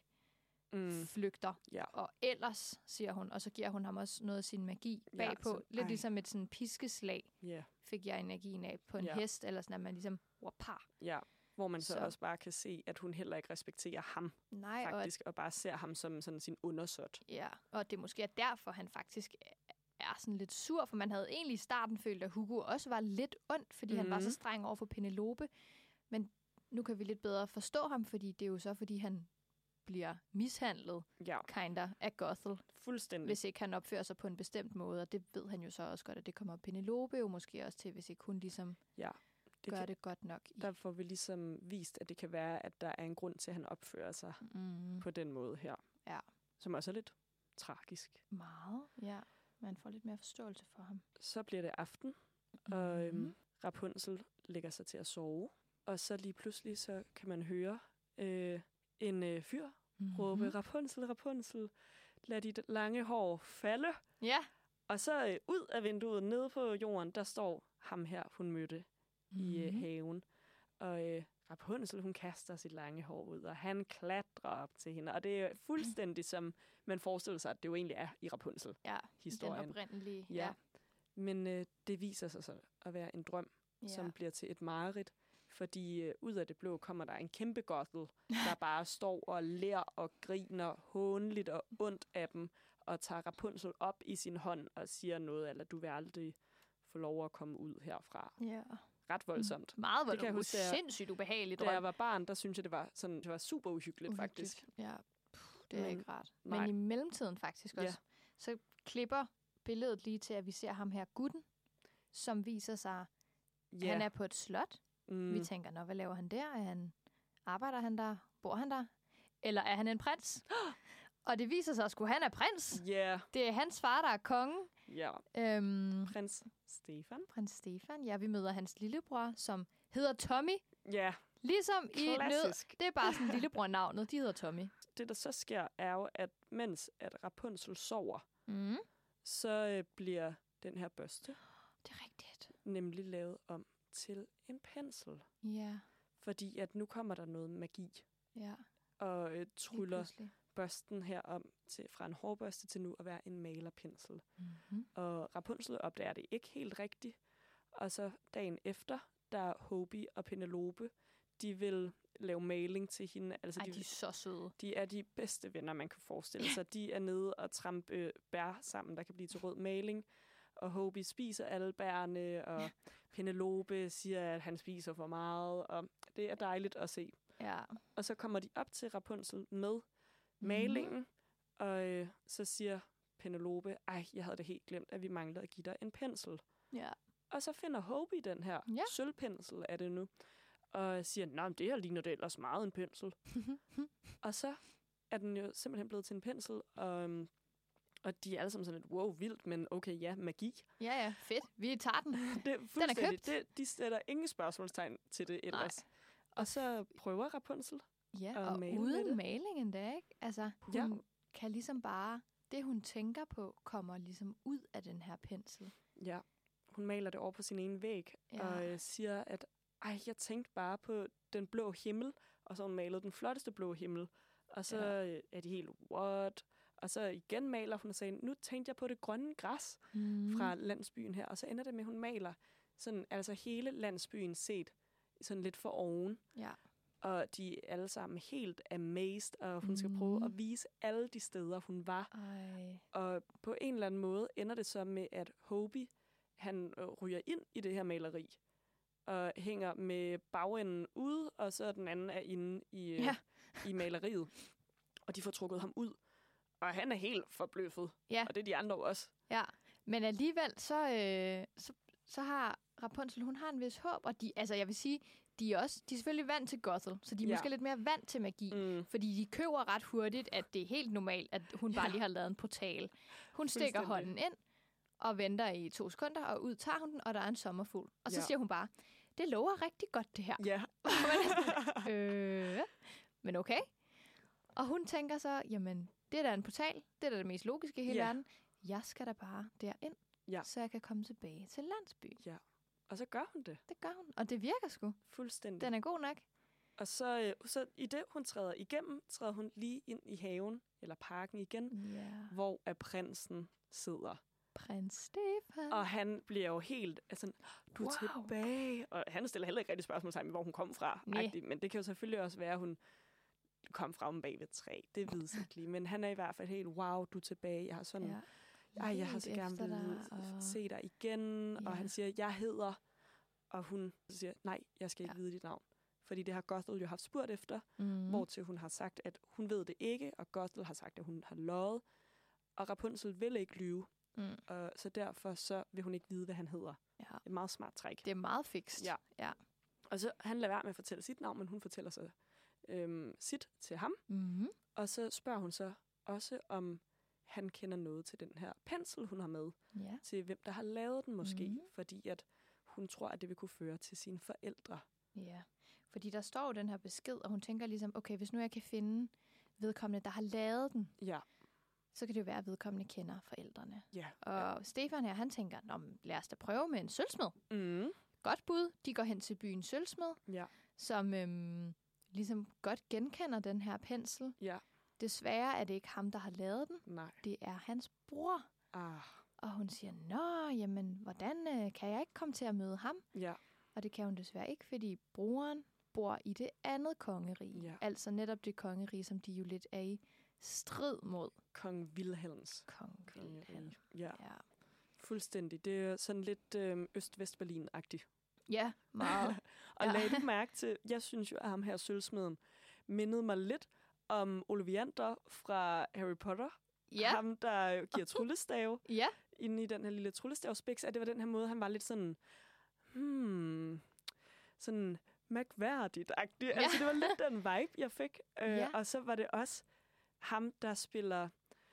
mm, flygter. ja. Og ellers, siger hun, og så giver hun ham også noget af sin magi Ja, bagpå. sådan, Lidt ej. ligesom et sådan piskeslag Ja, fik jeg energien af på en Ja. hest, eller sådan, at man ligesom, wapa. ja. Hvor man så, Så- så også bare kan se, at hun heller ikke respekterer ham, Nej, og, at, faktisk, og bare ser ham som sådan sin undersåt. ja, og det måske er derfor, han faktisk er sådan lidt sur, for man havde egentlig i starten følt, at Hugo også var lidt ondt, fordi mm-hmm. han var så Mhm. streng over for Penelope. Men nu kan vi lidt bedre forstå ham, fordi det er jo så, fordi han bliver mishandlet, Ja, kinder, af Gothel, fuldstændig. hvis ikke han opfører sig på en bestemt måde, og det ved han jo så også godt, at det kommer Penelope jo måske også til, hvis ikke hun ligesom Ja, det gør kan, det godt nok. I. der får vi ligesom vist, at det kan være, at der er en grund til, at han opfører sig Mm, på den måde her. Ja. Som også er lidt tragisk. meget, ja. Man får lidt mere forståelse for ham. Så bliver det aften, og Mhm. øhm, Rapunzel lægger sig til at sove. Og så lige pludselig, så kan man høre øh, en øh, fyr mm-hmm. råbe, Rapunzel, Rapunzel, lad dit lange hår falde. Ja. Og så øh, ud af vinduet, nede på jorden, der står ham her, hun mødte mm-hmm. i øh, haven. Og øh, Rapunzel, hun kaster sit lange hår ud, og han klatrer op til hende. Og det er fuldstændig som man forestiller sig, at det jo egentlig er i Rapunzel-historien. Ja, den oprindelige. Ja. ja. Men øh, det viser sig så at være en drøm, ja. som bliver til et mareridt. Fordi øh, ud af det blå kommer der en kæmpe Gothel, der bare står og ler og griner hånligt og ondt af dem, og tager Rapunzel op i sin hånd og siger noget, eller du vil aldrig få lov at komme ud herfra. Ja. Ret voldsomt. Meget voldsomt. Det huske, sindssygt ubehageligt. Da jeg var barn, der synes jeg, det var, sådan, det var super uhyggeligt, uhyggeligt. faktisk. Ja, Puh, det er Men, ikke rart. Nej. Men i mellemtiden faktisk også, ja. så klipper billedet lige til, at vi ser ham her, gutten, som viser sig, ja. han er på et slot. Mm. Vi tænker, nå, hvad laver han der? Er han, arbejder han der? Bor han der? Eller er han en prins? Og det viser sig, at skulle han er prins. Yeah. Det er hans far, der er kongen. Ja. Øhm, prins Stefan. Prins Stefan, ja. Vi møder hans lillebror, som hedder Tommy. Ja. Yeah. Ligesom i nød. Det er bare sådan lillebror-navnet. De hedder Tommy. Det, der så sker, er jo, at mens at Rapunzel sover, mm. så øh, bliver den her børste det er rigtigt. nemlig lavet om til en pensel. Ja. Fordi at nu kommer der noget magi. Ja. Og øh, tryller børsten her om til, fra en hårbørste til nu at være en malerpensel. Mm-hmm. Og Rapunzel opdager det ikke helt rigtigt. Og så dagen efter, der Hobie og Penelope, de vil lave maling til hende. Altså, Ej, de, de er så søde. De er de bedste venner, man kan forestille sig. De er nede og trampe øh, bær sammen, der kan blive til rød maling. Og Hobie spiser alle bærene, og Penelope siger, at han spiser for meget. Og det er dejligt at se. Ja. Og så kommer de op til Rapunzel med malingen, mm. og øh, så siger Penelope, ej, jeg havde det helt glemt, at vi manglede at give dig en pensel. Ja. Og så finder Hobie den her ja. sølvpensel er det nu, og siger, nej, det her ligner det ellers meget en pensel. Og så er den jo simpelthen blevet til en pensel, og, og de er alle sammen sådan lidt, wow, vildt, men okay, ja, magi. Ja, ja, fedt. Vi tager den. Det er den er købt. Det, de sætter ingen spørgsmålstegn til det ellers. Nej. Og så prøver Rapunzel ja, og male uden maling endda, ikke? Altså, hun ja. kan ligesom bare, det hun tænker på, kommer ligesom ud af den her pensel. Ja, hun maler det over på sin ene væg, ja. og øh, siger, at ej, jeg tænkte bare på den blå himmel, og så hun malede den flotteste blå himmel. Og så ja. er de helt, what? Og så igen maler hun og siger, nu tænkte jeg på det grønne græs mm. fra landsbyen her. Og så ender det med, at hun maler sådan, altså hele landsbyen set sådan lidt for oven. Ja. Og de er alle sammen helt amazed, og hun mm. skal prøve at vise alle de steder, hun var. Ej. Og på en eller anden måde ender det så med, at Hobie, han øh, ryger ind i det her maleri, og hænger med bagenden ude, og så den anden er inde i, øh, ja. i maleriet. Og de får trukket ham ud. Og han er helt forbløffet. Ja. Og det er de andre også. Ja, men alligevel, så, øh, så, så har Rapunzel, hun har en vis håb, og de, altså jeg vil sige, de er, også, de er selvfølgelig vant til Gothel, så de er ja. måske lidt mere vant til magi, mm. fordi de køber ret hurtigt, at det er helt normalt, at hun bare ja. lige har lavet en portal. Hun stikker hånden ind, og venter i to sekunder, og ud tager hun den, og der er en sommerfugl. Og så ja. siger hun bare, det lover rigtig godt, det her. Ja. øh, men okay. Og hun tænker så, jamen, det er da en portal, det er da det mest logiske i hele ja. verden. Jeg skal da bare derind, ja. så jeg kan komme tilbage til landsbyen. Ja. Og så gør hun det. Det gør hun, og det virker sgu. Fuldstændig. Den er god nok. Og så, øh, så i det, hun træder igennem, træder hun lige ind i haven, eller parken igen, yeah. hvor er prinsen sidder. Prins Stefan. Og han bliver jo helt, altså, du er wow. tilbage. Og han stiller heller ikke rigtig spørgsmål sammen, hvor hun kom fra. Agtigt, men det kan jo selvfølgelig også være, at hun kom fra om bag ved træ. Det ved jeg ikke lige. Men han er i hvert fald helt, wow, du er tilbage. Jeg har sådan, ja. ej, jeg har så gerne vil og... se dig igen. Ja. Og han siger, jeg hedder... Og hun siger, nej, jeg skal ikke ja. vide dit navn. Fordi det har Gothel jo haft spurgt efter, mm. hvortil hun har sagt, at hun ved det ikke, og Gothel har sagt, at hun har løjet. Og Rapunzel vil ikke lyve. Mm. Og så derfor så vil hun ikke vide, hvad han hedder. Ja. Et meget smart træk. Det er meget fikst. Ja. ja. Og så han lader være med at fortælle sit navn, men hun fortæller så øhm, sit til ham. Mm-hmm. Og så spørger hun så også, om han kender noget til den her pensel, hun har med. Ja. Til hvem, der har lavet den måske. Mm-hmm. Fordi at hun tror, at det vil kunne føre til sine forældre. Ja, fordi der står jo den her besked, og hun tænker ligesom, okay, hvis nu jeg kan finde vedkommende, der har lavet den. Ja. Så kan det jo være, at vedkommende kender forældrene. Ja. Og ja. Stefan her, han tænker, Nå, lad os da prøve med en sølvsmed. Mm. Godt bud. De går hen til byen Sølvsmed, Ja. som øhm, ligesom godt genkender den her pensel. Ja. Desværre er det ikke ham, der har lavet den. Nej. Det er hans bror. Ah. Og hun siger, nå, jamen, hvordan øh, kan jeg ikke komme til at møde ham? Ja. Og det kan hun desværre ikke, fordi broren bor i det andet kongerige. Ja. Altså netop det kongerige, som de jo lidt er i strid mod. Kong Wilhelms Kong kongerige. Wilhelm. Ja. Ja. Fuldstændig. Det er sådan lidt øh, Øst-Vest-Berlin-agtigt. Ja, meget. Og Ja. lagde du mærke til, jeg synes jo, at ham her sølvsmeden mindede mig lidt om Ollivander fra Harry Potter. Ja. Ham, der giver tryllestave. Ja. Inde i den her lille tryllestavspiks, at det var den her måde, han var lidt sådan, hmm, sådan mærkværdigt-agtig. Ja. Altså, det var lidt den vibe, jeg fik. Øh, Ja. Og så var det også ham, der spiller,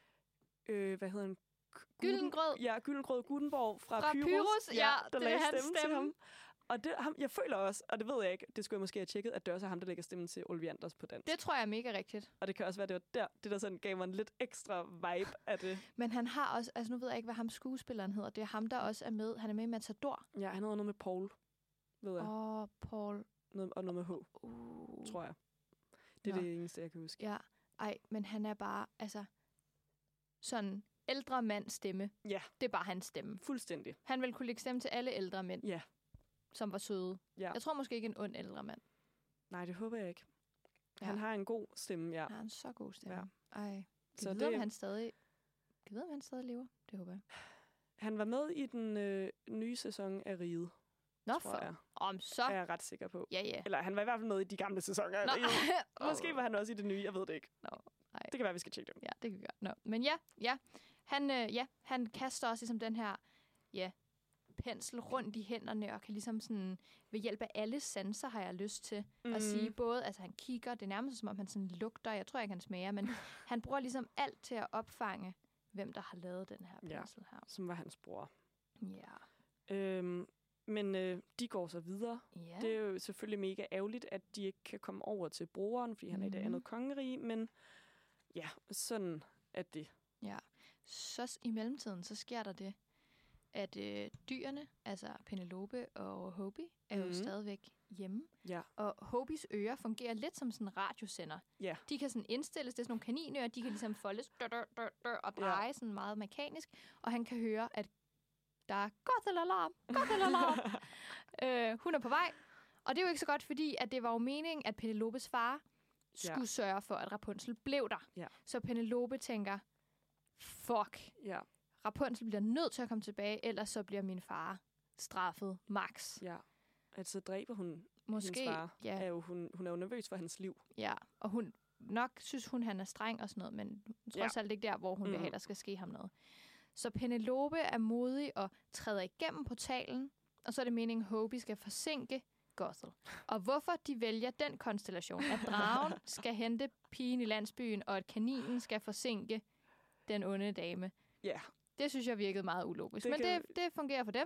øh, hvad hedder han? Gyldengrød. Ja, Gyldengrød Gutenborg fra, Fra Pyrus. Pyrus, ja, der det er lagde hans stemme til stemme. ham. Og det, ham, jeg føler også, og det ved jeg ikke, det skulle jeg måske have tjekket, at det også er ham, der lægger stemmen til Ollianders på dansk. Det tror jeg er mega rigtigt. Og det kan også være, det var der, det der sådan gav mig en lidt ekstra vibe af det. Men han har også, altså nu ved jeg ikke, hvad ham skuespilleren hedder. Det er ham, der også er med. Han er med i Matador. Ja, han hedder noget med Paul, ved jeg. Åh, oh, Paul. Noget, og noget med H, Uh. tror jeg. Det er Nå. det eneste, jeg kan huske. Ja, ej, men han er bare, altså, sådan ældre mands stemme. Ja. Det er bare hans stemme. Fuldstændig. Han ville kunne lægge stemme til alle ældre mænd, Ja. som var søde. Ja. Jeg tror måske ikke en ond ældre mand. Nej, det håber jeg ikke. Ja. Han har en god stemme, ja. Han har en så god stemme. Ja. Ej, Så så det- det... om han stadig... Kan vide, om han stadig lever? Det håber jeg. Han var med i den øh, nye sæson af Riget, Nå, tror for... jeg. Om så... Er jeg ret sikker på. Ja, ja. Eller han var i hvert fald med i de gamle sæsoner af Nå. Riget. Åh. Måske var han også i det nye, jeg ved det ikke. Nå, nej. Det kan være, vi skal tjekke det. Ja, det kan vi gøre. Nå. Men ja, ja. Han, øh, ja, han kaster også ligesom den her ja, pensel rundt i hænderne, og kan ligesom sådan, ved hjælp af alle sanser, har jeg lyst til mm. at sige, både, altså han kigger, det er nærmest som om han sådan lugter, jeg tror ikke, han smager, men han bruger ligesom alt til at opfange, hvem der har lavet den her Ja. pensel her. Som var hans bror. Ja. Øhm, men øh, de går så videre. Ja. Det er jo selvfølgelig mega ærgerligt, at de ikke kan komme over til broren, fordi han er i det Mhm. andet kongerige, men ja, sådan er det. Ja. Så s- i mellemtiden, så sker der det, at øh, dyrene, altså Penelope og Hobie, er jo Mhm. stadigvæk hjemme. Ja. Og Hobies ører fungerer lidt som sådan en radiosender. Ja. De kan sådan indstilles, det er sådan nogle kaninører, de kan ligesom foldes dør, dør, dør, dør, og dreje ja. sådan meget mekanisk. Og han kan høre, at der er Gothel-alarm, Gothel-alarm. øh, hun er på vej. Og det er jo ikke så godt, fordi at det var jo meningen, at Penelopes far skulle Ja. sørge for, at Rapunzel blev der. Ja. Så Penelope tænker, fuck, Ja, Rapunzel bliver nødt til at komme tilbage, ellers så bliver min far straffet max. ja. Altså dræber hun Måske, hendes far. ja. Er jo, hun, hun er jo nervøs for hans liv. Ja, og hun nok synes hun, han er streng og sådan noget, men trods Ja. alt ikke der, hvor hun mm. vil Mhm. have, der skal ske ham noget. Så Penelope er modig og træder igennem portalen, og så er det meningen, at Hobie skal forsinke Gothel. Og hvorfor de vælger den konstellation, at dragen skal hente pigen i landsbyen, og at kaninen skal forsinke den onde dame, Ja, det synes jeg virkede meget ulogisk. Det Men kan- det, det fungerer for dem.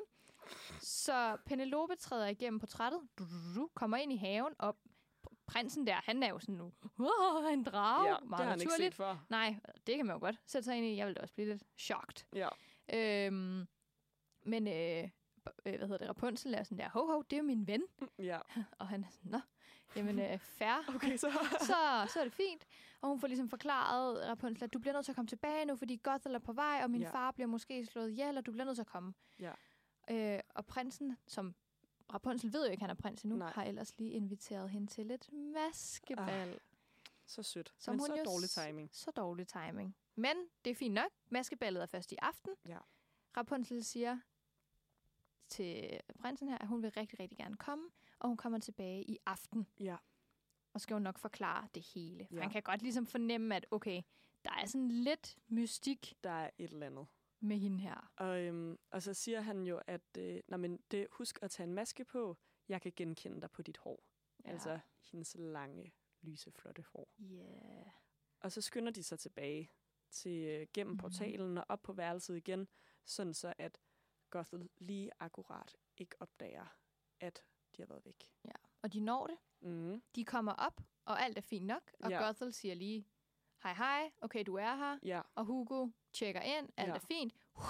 Så Penelope træder igennem portrættet, du, du, du, kommer ind i haven, og prinsen der, han er jo sådan nu, oh, en drage, ja meget det har han ikke naturligt. set før. Nej, det kan man jo godt sætte sig ind i. Jeg ville da også blive lidt shocked. Ja. Øhm, men, øh, b- øh, hvad hedder det, Rapunzel er sådan der, ho, ho, det er jo min ven. Ja, Og han er sådan, nå, jamen øh, fair. okay, så... så, så er det fint. Og hun får ligesom forklaret Rapunzel, at du bliver nødt til at komme tilbage nu, fordi Gothel er på vej, og min Ja. far bliver måske slået ihjel, og du bliver nødt til at komme. Ja. Øh, og prinsen, som Rapunzel ved jo ikke, han er prins endnu, Nej. har ellers lige inviteret hende til et maskebal. Ah, så sødt. Som Men hun så jo dårlig s- timing. Så dårlig timing. Men det er fint nok. Maskeballet er først i aften. Ja. Rapunzel siger til prinsen her, at hun vil rigtig, rigtig gerne komme, og hun kommer tilbage i aften. Ja. Og skal hun nok forklare det hele. For Ja. han kan godt ligesom fornemme, at okay, der er sådan lidt mystik Der er et eller andet. med hende her. Og, øhm, og så siger han jo, at øh, nej, men det, husk at tage en maske på. Jeg kan genkende dig på dit hår. Ja. Altså hendes lange, lyse, flotte hår. Yeah. Og så skynder de sig tilbage til øh, gennem Mhm. portalen og op på værelset igen, sådan så at Gothel lige akkurat ikke opdager, at de har været væk. Og de når det. Mm. De kommer op, og alt er fint nok. Og Ja. Gothel siger lige, hej hej, okay, du er her. Ja. Og Hugo tjekker ind, alt Ja. er fint.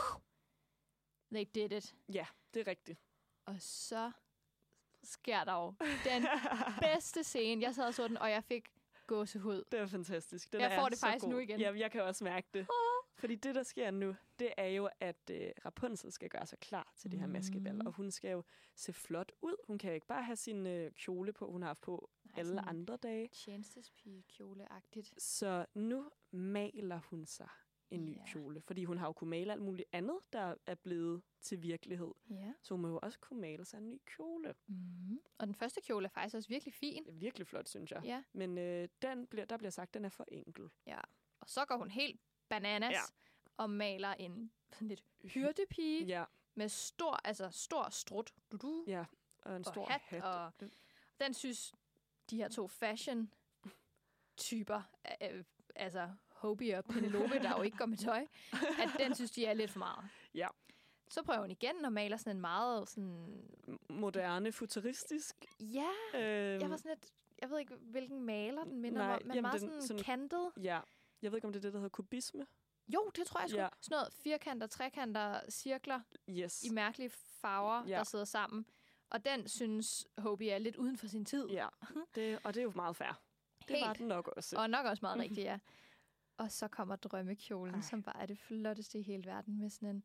They did it. Ja, det er rigtigt. Og så sker der jo den bedste scene. Jeg sad og så den, og jeg fik gåsehud. Det er fantastisk. Den Jeg er får det så faktisk god. nu igen. Ja, jeg kan også mærke det. Oh. Fordi det, der sker nu, det er jo, at øh, Rapunzel skal gøre sig klar til det her maskebal. Mhm. Og hun skal jo se flot ud. Hun kan jo ikke bare have sin øh, kjole på, hun har haft på Nej, alle sådan andre dage. Tjenestespige-kjole-agtigt. Så nu maler hun sig en ny Ja. kjole. Fordi hun har jo kunnet male alt muligt andet, der er blevet til virkelighed. Ja. Så hun må jo også kunne male sig en ny kjole. Mm-hmm. Og den første kjole er faktisk også virkelig fin. Det er virkelig flot, synes jeg. Ja. Men øh, den bliver, der bliver sagt, at den er for enkel. Og så går hun helt bananas Ja. og maler en sådan lidt hyrdepige Ja, med stor, altså stor strut. Du-du. ja. Og en Og stor hat, hat. og- Den- Den synes de her to fashion-typer, øh, altså Hobie og Penelope, der jo ikke går med tøj, at den synes de er lidt for meget. Ja. Så prøver hun igen og maler sådan en meget sådan... Moderne, futuristisk. Ja, Øhm, jeg var sådan lidt... Jeg ved ikke, hvilken maler den minder Nej, mig om, men jamen, meget den sådan, sådan- kantet. Ja. Jeg ved ikke, om det er det, der hedder kubisme. Jo, det tror jeg sgu. Ja. Ja. Sådan noget firkanter, trekanter, cirkler Yes. i mærkelige farver, Ja. der sidder sammen. Og den synes Hobie er lidt uden for sin tid. Ja, det, og det er jo meget fair. Det var Helt. den nok også. Og nok også meget rigtigt, ja. Og så kommer drømmekjolen, Ej. som bare er det flotteste i hele verden, med sådan en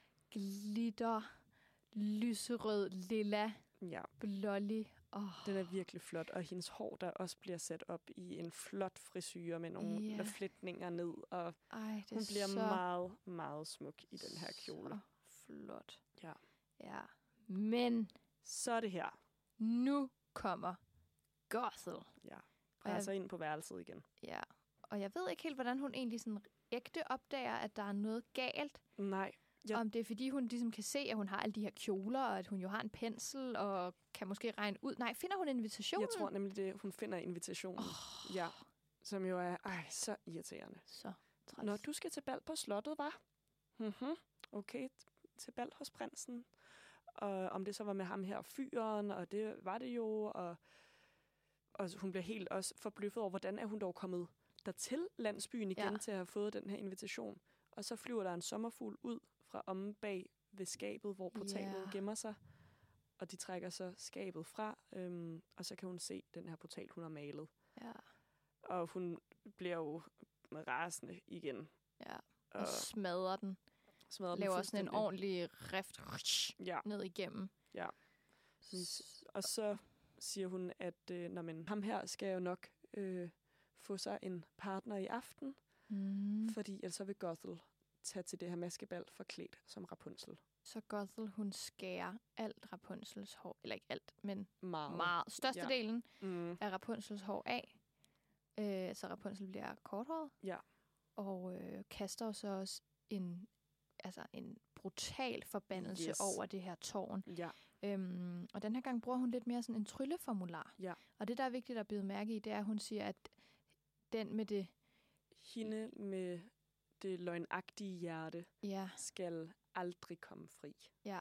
glitter, lyserød, lilla, Ja, blålig. Oh. den er virkelig flot. Og hendes hår, der også bliver sat op i en flot frisyre med nogle Ja. yeah. flætninger ned. Og Ej, det hun er bliver så, meget, meget smuk i den her kjole. så flot. Ja. Ja. Men Så er det her. nu kommer Gothel. Ja. Og Presser ind på værelset igen. Ja. Og jeg ved ikke helt, hvordan hun egentlig sådan ægte opdager, at der er noget galt. Nej. Ja. Om det er, fordi hun ligesom kan se, at hun har alle de her kjoler, og at hun jo har en pensel, og kan måske regne ud. Nej, finder hun invitationen? Jeg tror nemlig, det hun finder invitationen. Oh, Ja. Som jo er ej, så irriterende. så træls. Når du skal til bal på slottet, var? Mhm. Okay, t- til bal hos prinsen. Og om det så var med ham her fyren, og det var det jo. Og, og hun bliver helt også forbløffet over, hvordan er hun dog kommet dertil landsbyen igen Ja. til at have fået den her invitation. Og så flyver der en sommerfugl ud fra omme bag ved skabet, hvor portalen Ja. gemmer sig. Og de trækker så skabet fra, øhm, og så kan hun se den her portal, hun har malet. Ja, Og hun bliver jo rasende igen. ja. Og Og smadrer den. smadrer den Laver sådan en fuldstændig. ordentlig rift Ja, ned igennem. Ja. S- og så siger hun, at øh, når man, ham her skal jo nok øh, få sig en partner i aften, Mm. fordi ellers så vil Gothel tage til det her maskebal forklædt som Rapunzel. Så Gothel, hun skærer alt Rapunzels hår, eller ikke alt, men Meget. meget. Størstedelen Mm. af Rapunzels hår af. Øh, så Rapunzel bliver korthåret. Ja. Og øh, kaster jo så også en, altså en brutal forbandelse Yes. over det her tårn. Ja, Øhm, og den her gang bruger hun lidt mere sådan en trylleformular. Ja. Og det, der er vigtigt at bide mærke i, det er, at hun siger, at den med det, hende med det løgnagtige hjerte ja, skal aldrig komme fri. ja.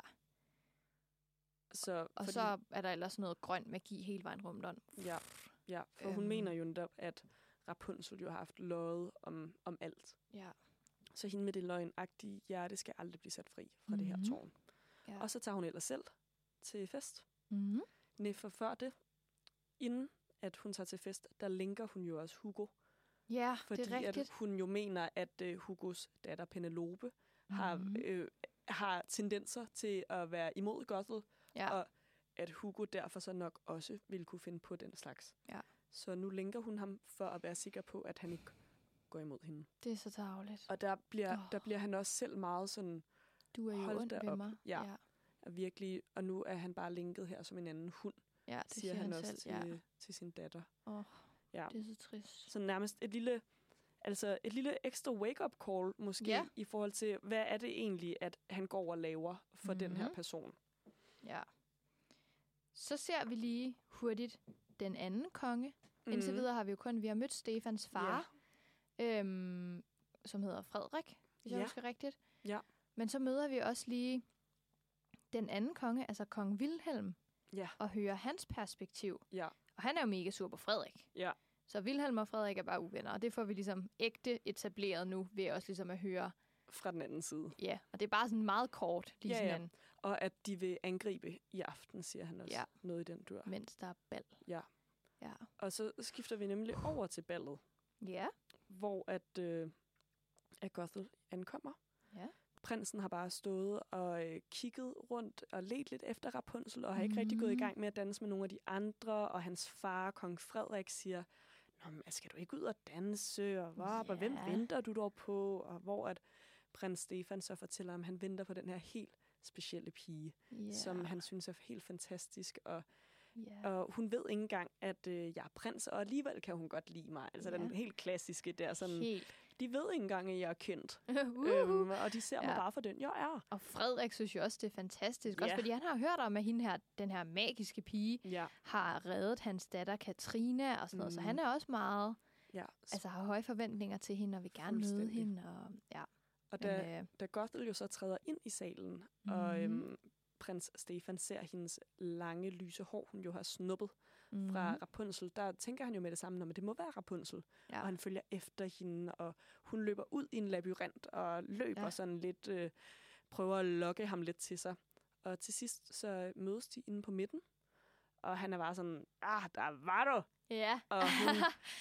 Så, Og fordi, så er der ellers noget grøn magi hele vejen rundt om. Ja, ja, for øhm. hun Øhm. mener jo netop, at Rapunzel jo har haft løjet om, om alt. Ja. Så hende med det løgnagtige hjerte skal aldrig blive sat fri fra mm-hmm. det her Mhm. tårn. Ja. Og så tager hun ellers selv til fest. Mm-hmm. Næh, for før det, inden at hun tager til fest, der linker hun jo også Hugo. Ja, Fordi det er rigtigt. at hun jo mener, at uh, Hugos datter Penelope mm-hmm. har, Mhm. øh, har tendenser til at være imod Gothel, Ja. og at Hugo derfor så nok også ville kunne finde på den slags. Ja. Så nu linker hun ham for at være sikker på, at han ikke går imod hende. Det er så tarveligt. Og der bliver, Åh. der bliver han også selv meget sådan, Du er jo hold ondt da ved op. mig. Ja. ja. er virkelig, og nu er han bare linket her som en anden hund, Ja, det siger han, også selv. til, Ja. til sin datter. Åh, Ja. det er så trist. Så nærmest et lille, altså et lille ekstra wake-up call måske, Ja. i forhold til, hvad er det egentlig, at han går og laver for mm-hmm. den her Mhm. person. Ja. Så ser vi lige hurtigt den anden konge. Mm. Indtil videre har vi jo kun vi har mødt Stefans far, ja. øhm, som hedder Frederik, hvis ja. jeg Ja. husker rigtigt. Ja. Men så møder vi også lige den anden konge, altså kong Wilhelm, Ja. og hører hans perspektiv. Ja. Og han er jo mega sur på Frederik. Ja. Så Vilhelm og Frederik er bare uvenner, og det får vi ligesom ægte etableret nu, ved også ligesom at høre fra den anden side. Ja, og det er bare sådan meget kort, lige ja, sådan ja. Og at de vil angribe i aften, siger han også. Ja. Noget i den dur. Mens der er bal. Ja. Ja. Og så skifter vi nemlig over til ballet. Ja. Hvor at, øh, at Gothel ankommer. Ja. Prinsen har bare stået og øh, kigget rundt og let lidt efter Rapunzel, og har ikke mm. rigtig gået i gang med at danse med nogle af de andre. Og hans far, kong Frederik, siger, Nå, men skal du ikke ud og danse? Og, hvor, yeah. og hvem venter du dog på? Og hvor at prins Stefan så fortæller, om han venter på den her helt specielle pige, yeah. som han synes er helt fantastisk. Og, yeah. og hun ved ikke engang, at øh, jeg er prins, og alligevel kan hun godt lide mig. Altså yeah. den helt klassiske der. Sådan, helt. De ved ikke engang, at jeg er kendt. uh-huh. øhm, og de ser ja. mig bare for den, jeg er. Og Frederik synes jo også, det er fantastisk. Ja. Også fordi han har hørt om, at hende her, den her magiske pige ja. har reddet hans datter Katrine og sådan noget. Mm. Så han er også meget... Ja. Altså har høje forventninger til hende, og vil gerne møde hende. Og, ja. og da, Men, øh... da Gothel jo så træder ind i salen, mm. og øhm, prins Stefan ser hendes lange, lyse hår, hun jo har snuppet mm. fra Rapunzel, der tænker han jo med det samme, men det må være Rapunzel. Ja. Og han følger efter hende, og hun løber ud i en labyrint, og løber ja. sådan lidt, øh, prøver at lokke ham lidt til sig. Og til sidst så mødes de inde på midten, og han er bare sådan, ah, der var du! Ja. Og hun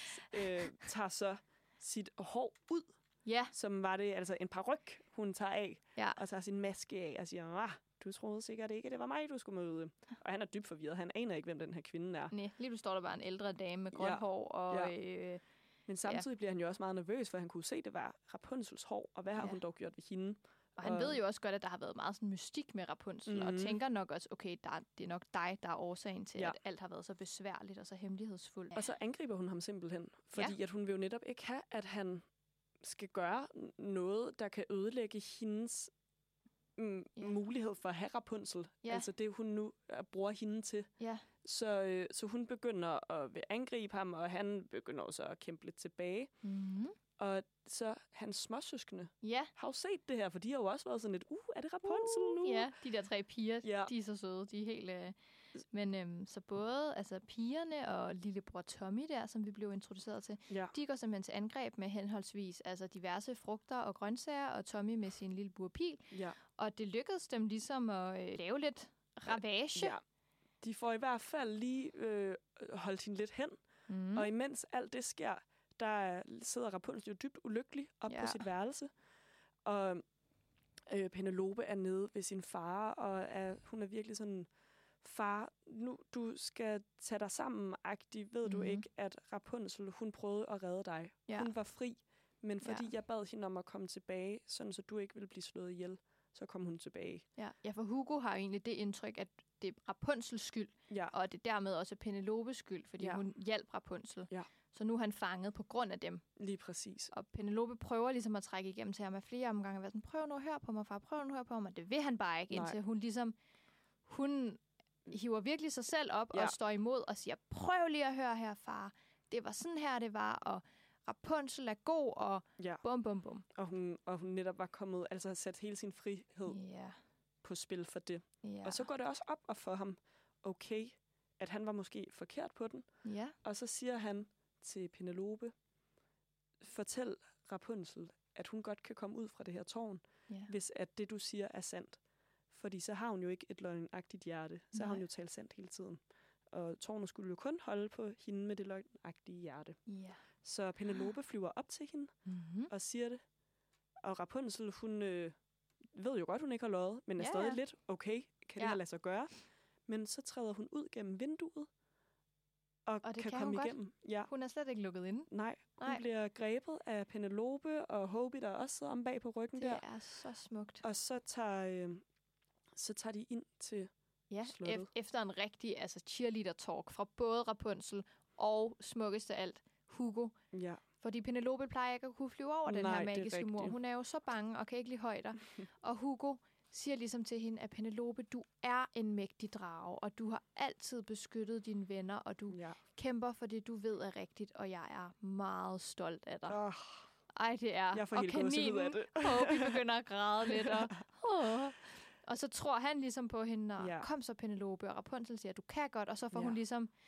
øh, tager så sit hår ud, ja. som var det altså en paryk, hun tager af, ja. og tager sin maske af og siger, ah, du troede sikkert ikke, det var mig, du skulle møde. Og han er dybt forvirret. Han aner ikke, hvem den her kvinde er. Nej, lige nu står der bare en ældre dame med grønt ja. hår. Og, ja. øh, Men samtidig ja. bliver han jo også meget nervøs, for han kunne se, at det var Rapunzels hår, og hvad har ja. hun dog gjort ved hende? Og han og... ved jo også godt, at der har været meget sådan mystik med Rapunzel, mm-hmm. og tænker nok også, okay, der, det er nok dig, der er årsagen til, ja. at alt har været så besværligt og så hemmelighedsfuldt. Og så angriber hun ham simpelthen, fordi ja. at hun vil jo netop ikke have, at han skal gøre noget, der kan ødelægge hendes mm, ja. mulighed for at have Rapunzel. Ja. Altså det, hun nu bruger hende til. Ja. Så, øh, så hun begynder at vil angribe ham, og han begynder også at kæmpe lidt tilbage. Mm-hmm. Og så hans småsøskende ja. har jo set det her, for de har jo også været sådan lidt, uh, er det Rapunzel uh, nu? Ja, de der tre piger, ja. de er så søde. De er helt... Øh... Men øhm, så både altså, pigerne og lillebror Tommy der, som vi blev introduceret til, ja. de går simpelthen til angreb med henholdsvis altså, diverse frugter og grøntsager, og Tommy med sin lille burpil. Ja. Og det lykkedes dem ligesom at øh, lave lidt ravage. Ja. De får i hvert fald lige øh, holdt hende lidt hen, mm. og imens alt det sker, der sidder Rapunzel jo dybt ulykkelig op ja. på sit værelse. Og øh, Penelope er nede ved sin far, og er, hun er virkelig sådan, far, nu du skal tage dig sammen-agtig. Ved mm-hmm. du ikke, at Rapunzel, hun prøvede at redde dig. Ja. Hun var fri, men fordi ja. jeg bad hende om at komme tilbage, sådan så du ikke ville blive slået ihjel, så kom hun tilbage. Ja, ja for Hugo har egentlig det indtryk, at det er Rapunzels skyld, ja. og det dermed også er Penelopes skyld, fordi ja. hun hjalp Rapunzel. Ja. Så nu er han fanget på grund af dem. Lige præcis. Og Penelope prøver ligesom at trække igennem til ham af flere omgange. Og være sådan, prøv nu at høre på mig, far. Prøv nu at høre på mig. Det vil han bare ikke, indtil Nej. hun ligesom... Hun hiver virkelig sig selv op ja. og står imod og siger, prøv lige at høre her, far. Det var sådan her, det var, og Rapunzel er god, og ja. bum, bum, bum. Og hun, og hun netop var kommet, altså har sat hele sin frihed ja. på spil for det. Ja. Og så går det også op og for ham, okay, at han var måske forkert på den. Ja. Og så siger han til Penelope, fortæl Rapunzel, at hun godt kan komme ud fra det her tårn, ja. hvis at det, du siger, er sandt. Fordi så har hun jo ikke et løgnagtigt hjerte. Så Nej. har hun jo talt sandt hele tiden. Og tårnet skulle jo kun holde på hende med det løgnagtige hjerte. Ja. Så Penelope flyver op til hende mm-hmm. og siger det. Og Rapunzel, hun øh, ved jo godt, hun ikke har løjet, men er ja, stadig ja. lidt, okay, kan ja. det her lade sig gøre? Men så træder hun ud gennem vinduet, og, og det kan, kan komme hun igennem. Ja. Hun er slet ikke lukket inde. Nej, hun Nej. bliver grebet af Penelope og Hobie, der også sidder om bag på ryggen det der. Det er så smukt. Og så tager, øh, så tager de ind til ja, slottet. Ef- efter en rigtig altså cheerleader-talk fra både Rapunzel og smukkest af alt, Hugo. Ja. Fordi Penelope plejer ikke at kunne flyve over Nej, den her magiske mur. Hun er jo så bange og kan ikke lide højder. Og Hugo siger ligesom til hende, at Penelope, du er en mægtig drage, og du har altid beskyttet dine venner, og du ja. kæmper for det, du ved er rigtigt, og jeg er meget stolt af dig. Oh. Ej, det er. Jeg får og helt kaninen, ud af det. Hobie begynder at græde lidt, og, oh. og så tror han ligesom på hende, og ja. kom så Penelope, og Rapunzel siger, du kan godt, og så får ja. hun ligesom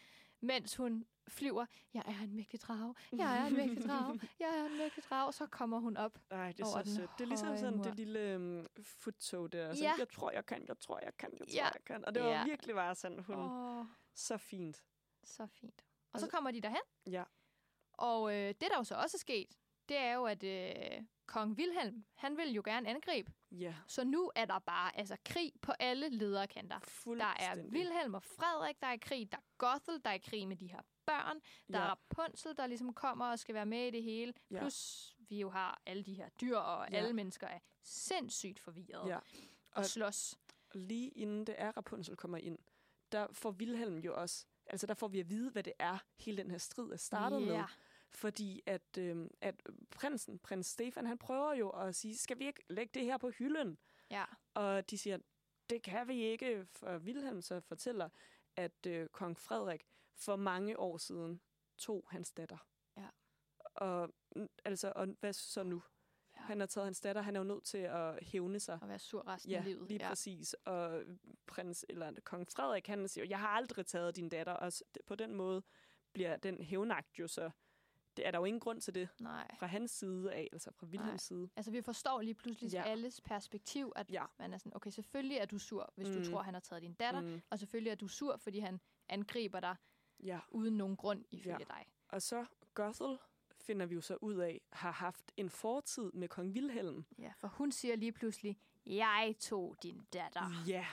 mens hun flyver, jeg er en mægtig drage, jeg er en mægtig drage, jeg er en mægtig drage, så kommer hun op. Nej, det er over så sødt. Det er ligesom sådan mur. det lille um, futtog der. Sådan, Ja. Jeg tror, jeg kan, jeg tror, jeg kan, jeg tror, Ja. jeg kan. Og det var Ja. virkelig bare sådan, hun... Åh, Så fint. så fint. Og Altså- så kommer de derhen, Ja. og øh, det, der jo så også er sket, det er jo, at øh, kong Wilhelm, han vil jo gerne angribe. Ja, Så nu er der bare altså krig på alle lederkanter. Der er fuldstændig. Wilhelm og Frederik, der er i krig. Der er Gothel, der er i krig med de her børn. Der Ja. er Rapunzel, der ligesom kommer og skal være med i det hele. Ja. Plus, vi jo har alle de her dyr, og Ja. alle mennesker er sindssygt forvirrede Ja. og Og- slås. Og lige inden det er, Rapunzel kommer ind, der får Wilhelm jo også... Altså, der får vi at vide, hvad det er, hele den her strid er startet med. Ja. Fordi at, øh, at prinsen, prins Stefan, han prøver jo at sige, skal vi ikke lægge det her på hylden? Ja. Og de siger, det kan vi ikke, for Wilhelm så fortæller, at øh, kong Frederik for mange år siden tog hans datter. Ja. Og, mm, altså, og hvad så nu? Ja. Han har taget hans datter, han er jo nødt til at hævne sig. Og være sur resten Ja, af livet. lige ja. præcis. Og prins, eller kong Frederik, han siger, jeg har aldrig taget din datter. Og s- på den måde bliver den hævnagt jo så. Det er der jo ingen grund til det Nej. fra hans side af, altså fra Wilhelms Nej. side. Altså, vi forstår lige pludselig Ja. alles perspektiv, at Ja. man er sådan, okay, selvfølgelig er du sur, hvis Mm. du tror, han har taget din datter, Mm, og selvfølgelig er du sur, fordi han angriber dig ja. uden nogen grund ifølge Ja. dig. Og så Gothel finder vi jo så ud af, har haft en fortid med kong Wilhelm. Ja, for hun siger lige pludselig, jeg tog din datter. Ja.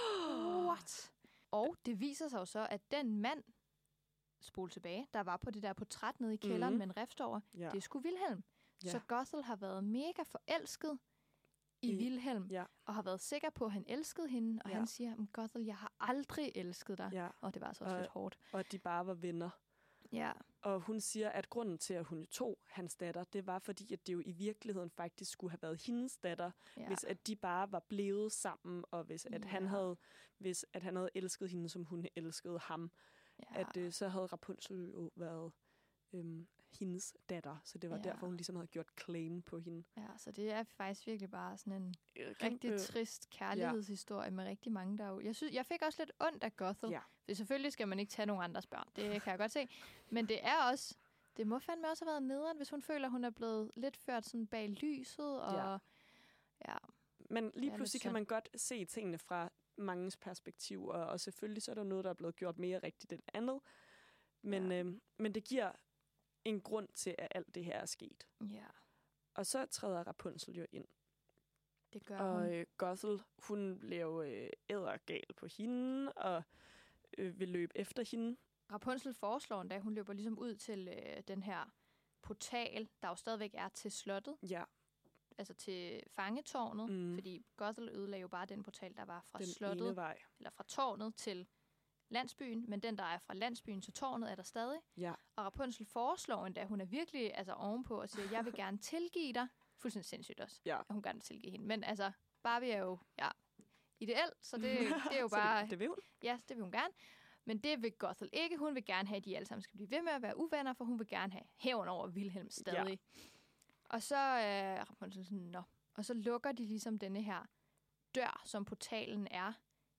What? Og det viser sig jo så, at den mand, spol tilbage, der var på det der portræt nede i kælderen Mhm. med en rift over, Ja. det er sgu Wilhelm. Ja. Så Gothel har været mega forelsket i I- Wilhelm, Ja. og har været sikker på, at han elskede hende, og Ja. han siger, "Men Gothel, jeg har aldrig elsket dig. Ja. Og det var altså også Og- lidt hårdt. Og at de bare var venner. Ja, Og hun siger, at grunden til, at hun tog hans datter, det var fordi, at det jo i virkeligheden faktisk skulle have været hendes datter, ja. hvis at de bare var blevet sammen, og hvis at han Ja. havde, hvis at han havde elsket hende, som hun elskede ham, ja. at øh, så havde Rapunzel jo været øhm, hendes datter. Så det var Ja. derfor, hun ligesom havde gjort claim på hende. ja, så det er faktisk virkelig bare sådan en Øh, rigtig øh, trist kærlighedshistorie med rigtig mange, der jo... Jeg, synes, jeg fik også lidt ondt af Gothel. Ja. For selvfølgelig skal man ikke tage nogen andres børn. Det kan jeg godt se. Men det er også... Det må fandme også have været nederen, hvis hun føler, hun er blevet lidt ført sådan bag lyset. Og Ja. ja, Men lige Det er lidt pludselig kan synd. man godt se tingene fra manges perspektiv, og, og selvfølgelig så er der noget, der er blevet gjort mere rigtigt end andet. Men, Ja. øhm, men det giver en grund til, at alt det her er sket. ja, Og så træder Rapunzel jo ind. det gør Og hun. øh, Gothel, hun blev øh, ædergal på hende, og øh, vil løbe efter hende. Rapunzel foreslår endda, hun løber ligesom ud til øh, den her portal, der jo stadigvæk er til slottet, Ja, altså til fangetårnet, Mm. fordi Gothel ødelagde jo bare den portal, der var fra den slottet, ene vej. eller fra tårnet til landsbyen, men den, der er fra landsbyen til tårnet, er der stadig. Ja, Og Rapunzel foreslår endda, hun er virkelig altså ovenpå og siger, jeg vil gerne tilgive dig. Fuldstændig sindssygt også, Ja. at hun gerne vil tilgive hende. Men altså, Barbie er jo ja, ideelt, så det, det er jo Så bare... det, det vil hun. Ja, det vil hun gerne. Men det vil Gothel ikke. Hun vil gerne have, at de alle sammen skal blive ved med at være uvenner, for hun vil gerne have hævn over Wilhelm stadig. Ja. Og så er øh, Rapunzel sådan, nå. Og så lukker de ligesom denne her dør, som portalen er,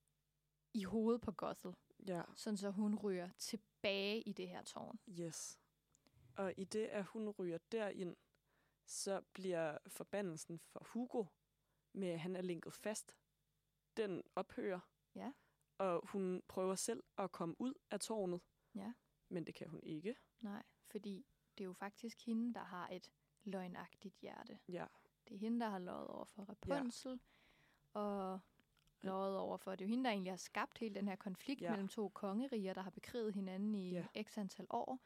i hovedet på Gothel. Ja, Sådan så hun ryger tilbage i det her tårn. yes. Og i det, at hun ryger derind, så bliver forbandelsen for Hugo, med at han er linket fast, den ophører. Ja. Og hun prøver selv at komme ud af tårnet. Ja. Men det kan hun ikke. Nej, fordi det er jo faktisk hende, der har et løgnagtigt hjerte. Ja, Det er hende, der har løjet over for Rapunzel, ja. og løjet over for, det er jo hende, der egentlig har skabt hele den her konflikt Ja. mellem to kongeriger, der har bekriget hinanden i Ja. x antal år.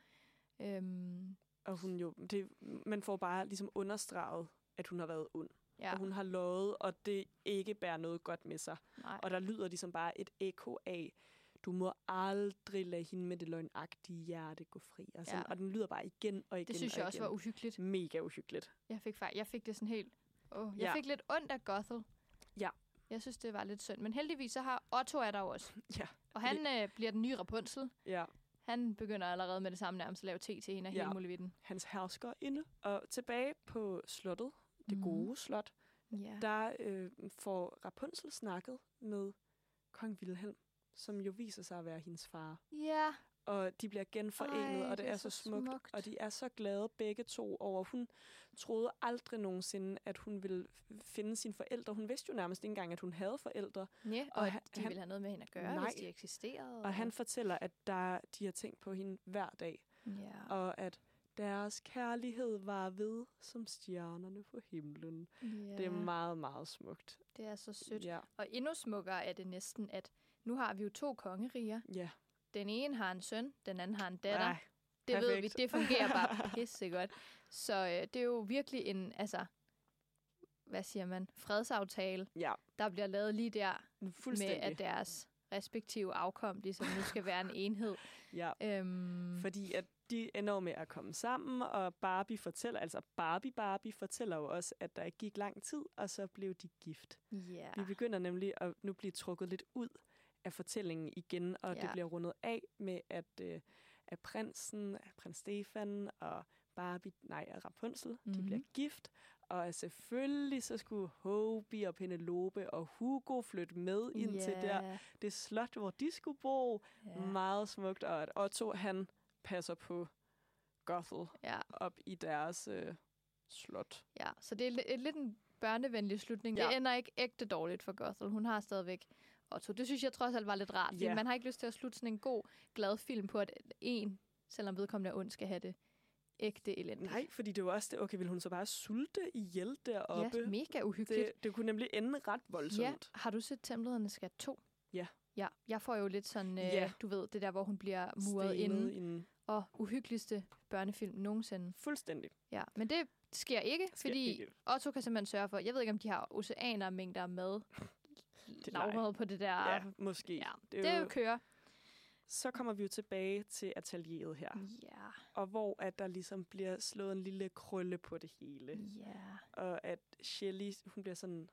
Øhm, og hun jo, det, man får bare ligesom understreget, at hun har været ond. ja, Og hun har løjet, og det ikke bærer noget godt med sig. nej. Og der lyder ligesom bare et ekko af, du må aldrig lade hende med det løgnagtige hjerte gå fri. Og, sådan, Ja. og den lyder bare igen og igen Det synes og jeg også igen. var uhyggeligt. Mega uhyggeligt. Jeg fik, fakt- jeg fik det sådan helt... Oh, jeg Ja. fik lidt ondt af Gothel. Ja. Jeg synes, det var lidt synd. Men heldigvis så har Otto er der jo også. Ja. Og han øh, bliver den nye Rapunzel. Ja, Han begynder allerede med det samme nærmest at lave te til hende og Ja. hele muligheden. hans hersker inde. Og tilbage på slottet, det Mhm. gode slot, Ja. der øh, får Rapunzel snakket med kong Wilhelm, som jo viser sig at være hendes far. ja, og de bliver genforenet, Ej, og det, det er, er så smukt, smukt, og de er så glade begge to over. Hun troede aldrig nogensinde, at hun ville finde sine forældre. Hun vidste jo nærmest ikke engang, at hun havde forældre. Ja, og, og han, de ville have noget med hende at gøre, nej, hvis de eksisterede. Og, og han fortæller, at der, de har tænkt på hende hver dag, ja. og at deres kærlighed var ved som stjernerne på himlen. Ja. Det er meget, meget smukt. Det er så sødt. Ja. Og endnu smukkere er det næsten, at nu har vi jo to kongeriger. Ja. Den ene har en søn, den anden har en datter. Ej, det perfekt. ved vi, det fungerer bare pissegodt. Så øh, det er jo virkelig en, altså, hvad siger man, fredsaftale, ja. der bliver lavet lige der, med at deres respektive afkom ligesom nu skal være en enhed. Ja, øhm. fordi at de ender med at komme sammen, og Barbie fortæller, altså Barbie Barbie fortæller jo også, at der ikke gik lang tid, og så blev de gift. Yeah. Vi begynder nemlig at nu blive trukket lidt ud af fortællingen igen, og yeah. det bliver rundet af med, at, øh, at prinsen, prins Stefan og Barbie, nej, og Rapunzel, mm-hmm. de bliver gift, og selvfølgelig så skulle Hobie og Penelope og Hugo flytte med ind yeah. til der det slot, hvor de skulle bo. Yeah. Meget smukt, og at Otto, han passer på Gothel ja. op i deres øh, slot. Ja, så det er et, lidt en børnevenlig slutning. Ja. Det ender ikke ægte dårligt for Gothel. Hun har stadigvæk Otto. Det synes jeg trods alt var lidt rart. Ja. Man har ikke lyst til at slutte sådan en god, glad film på, at en, selvom vedkommende er ond, skal have det ægte elendigt. Nej, fordi det var også det, okay, vil hun så bare sulte ihjel deroppe? Ja, mega uhyggeligt. Det, det kunne nemlig ende ret voldsomt. Ja, har du set Templernes Skat to? Ja. Ja, jeg får jo lidt sådan, øh, ja. du ved, det der, hvor hun bliver muret inde. Inden. Og uhyggeligste børnefilm nogensinde. Fuldstændig. Ja, men det sker ikke, sker fordi ikke. Otto kan simpelthen sørge for, jeg ved ikke, om de har oceaner mængder med lavmad på det der. Ja, måske. Ja, det, det er jo kører. Så kommer vi jo tilbage til atelieret her. Ja. Og hvor at der ligesom bliver slået en lille krølle på det hele. Ja. Og at Shelley, hun bliver sådan,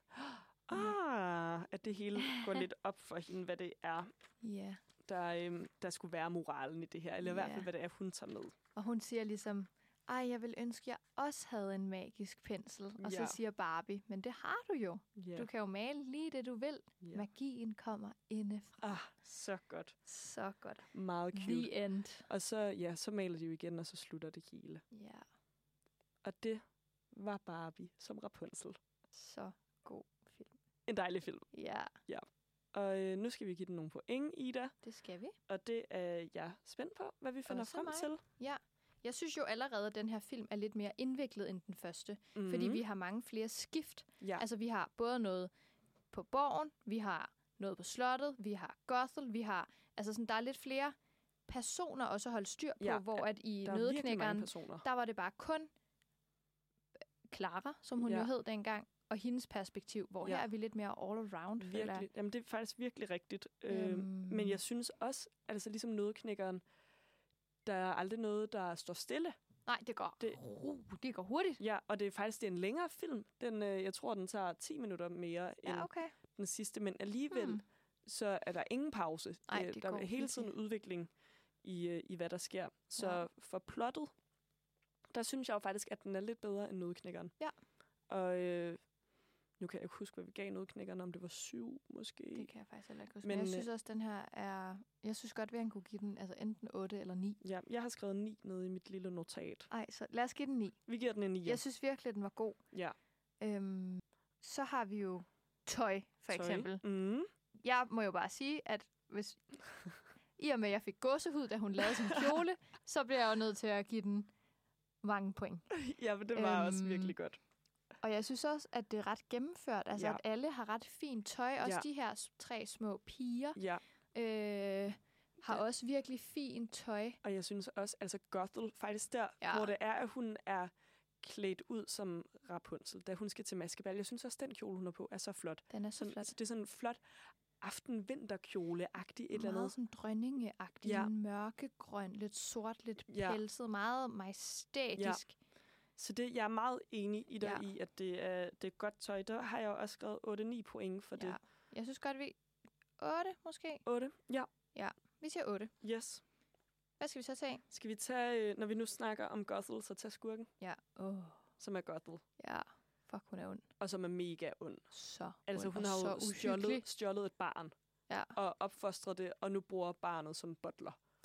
ah, at det hele går lidt op for hende, hvad det er, ja. der, øhm, der skulle være moralen i det her. Eller i ja. hvert fald, hvad det er, hun tager med. Og hun siger ligesom, ej, jeg vil ønske, jeg også havde en magisk pensel. Og ja. så siger Barbie, men det har du jo. Ja. Du kan jo male lige det, du vil. Ja. Magien kommer indefra. Ah, så godt. Så godt. Meget cute. The end. Og så, ja, så maler de jo igen, og så slutter det hele. Ja. Og det var Barbie som Rapunzel. Så god film. En dejlig film. Ja. Ja. Og øh, nu skal vi give den nogle point, Ida. Det skal vi. Og det er jeg spændt på, hvad vi finder Også frem mig. til. Ja. Jeg synes jo allerede, at den her film er lidt mere indviklet end den første. Mm-hmm. Fordi vi har mange flere skift. Ja. Altså, vi har både noget på borgen, vi har noget på slottet, vi har Gothel, vi har... Altså, sådan, der er lidt flere personer også at holde styr på, ja, hvor at i der Nøddeknækkeren, der var det bare kun Clara, som hun ja. jo hed dengang, og hendes perspektiv, hvor ja. her er vi lidt mere all around. Virkelig. Jamen, det er faktisk virkelig rigtigt. Øhm. Men jeg synes også, altså ligesom Nøddeknækkeren, der er aldrig noget, der står stille. Nej, det går, det, uh, det går hurtigt. Ja, og det er faktisk det er en længere film. Den, øh, jeg tror, den tager ti minutter mere end ja, okay. den sidste, men alligevel hmm. så er der ingen pause. Ej, det, det der er hele tiden virkelig. udvikling i, øh, i, hvad der sker. Så ja. for plottet, der synes jeg jo faktisk, at den er lidt bedre end Nøddeknækkeren. Ja. Og øh, nu kan jeg ikke huske, hvad vi gav Nøddeknækkeren, om det var syv måske. Det kan jeg faktisk heller ikke huske. Men, men jeg synes også, den her er... Jeg synes godt, at vi kunne give den altså enten otte eller ni. Ja, jeg har skrevet ni nede i mit lille notat. Ej, så lad os give den ni. Vi giver den en ni. Jeg synes virkelig, at den var god. Ja. Øhm, så har vi jo tøj, for tøj. eksempel. Mm. Jeg må jo bare sige, at hvis... I og med, at jeg fik gåsehud, da hun lavede sin kjole, så bliver jeg jo nødt til at give den mange point. Ja, men det var øhm, også virkelig godt. Og jeg synes også, at det er ret gennemført. Altså, ja. at alle har ret fint tøj. Også ja. de her tre små piger ja. øh, har ja. også virkelig fint tøj. Og jeg synes også, altså Gothel, faktisk der, ja. hvor det er, at hun er klædt ud som Rapunzel, da hun skal til maskebal. Jeg synes også, den kjole, hun er på, er så flot. Den er så sådan, flot. Det er sådan en flot aften-vinterkjole-agtig et eller andet. Meget sådan dronninge-agtig. Ja. Mørkegrøn, lidt sort, lidt ja. pelset. Meget majestætisk. Ja. Så det, jeg er meget enig i dig ja. i, at det er, det er godt tøj. Der har jeg jo også skrevet otte ni point for ja. det. Jeg synes godt, vi... otte måske? otte, ja. Ja, vi siger otte. Yes. Hvad skal vi så tage? Skal vi tage, når vi nu snakker om Gothel, så tage skurken? Ja. Oh. Som er Gothel. Ja, fuck, hun er ond. Og som er mega ond. Så Altså hun har jo stjålet, stjålet et barn. Ja. Og opfostret det, og nu bruger barnet som butler.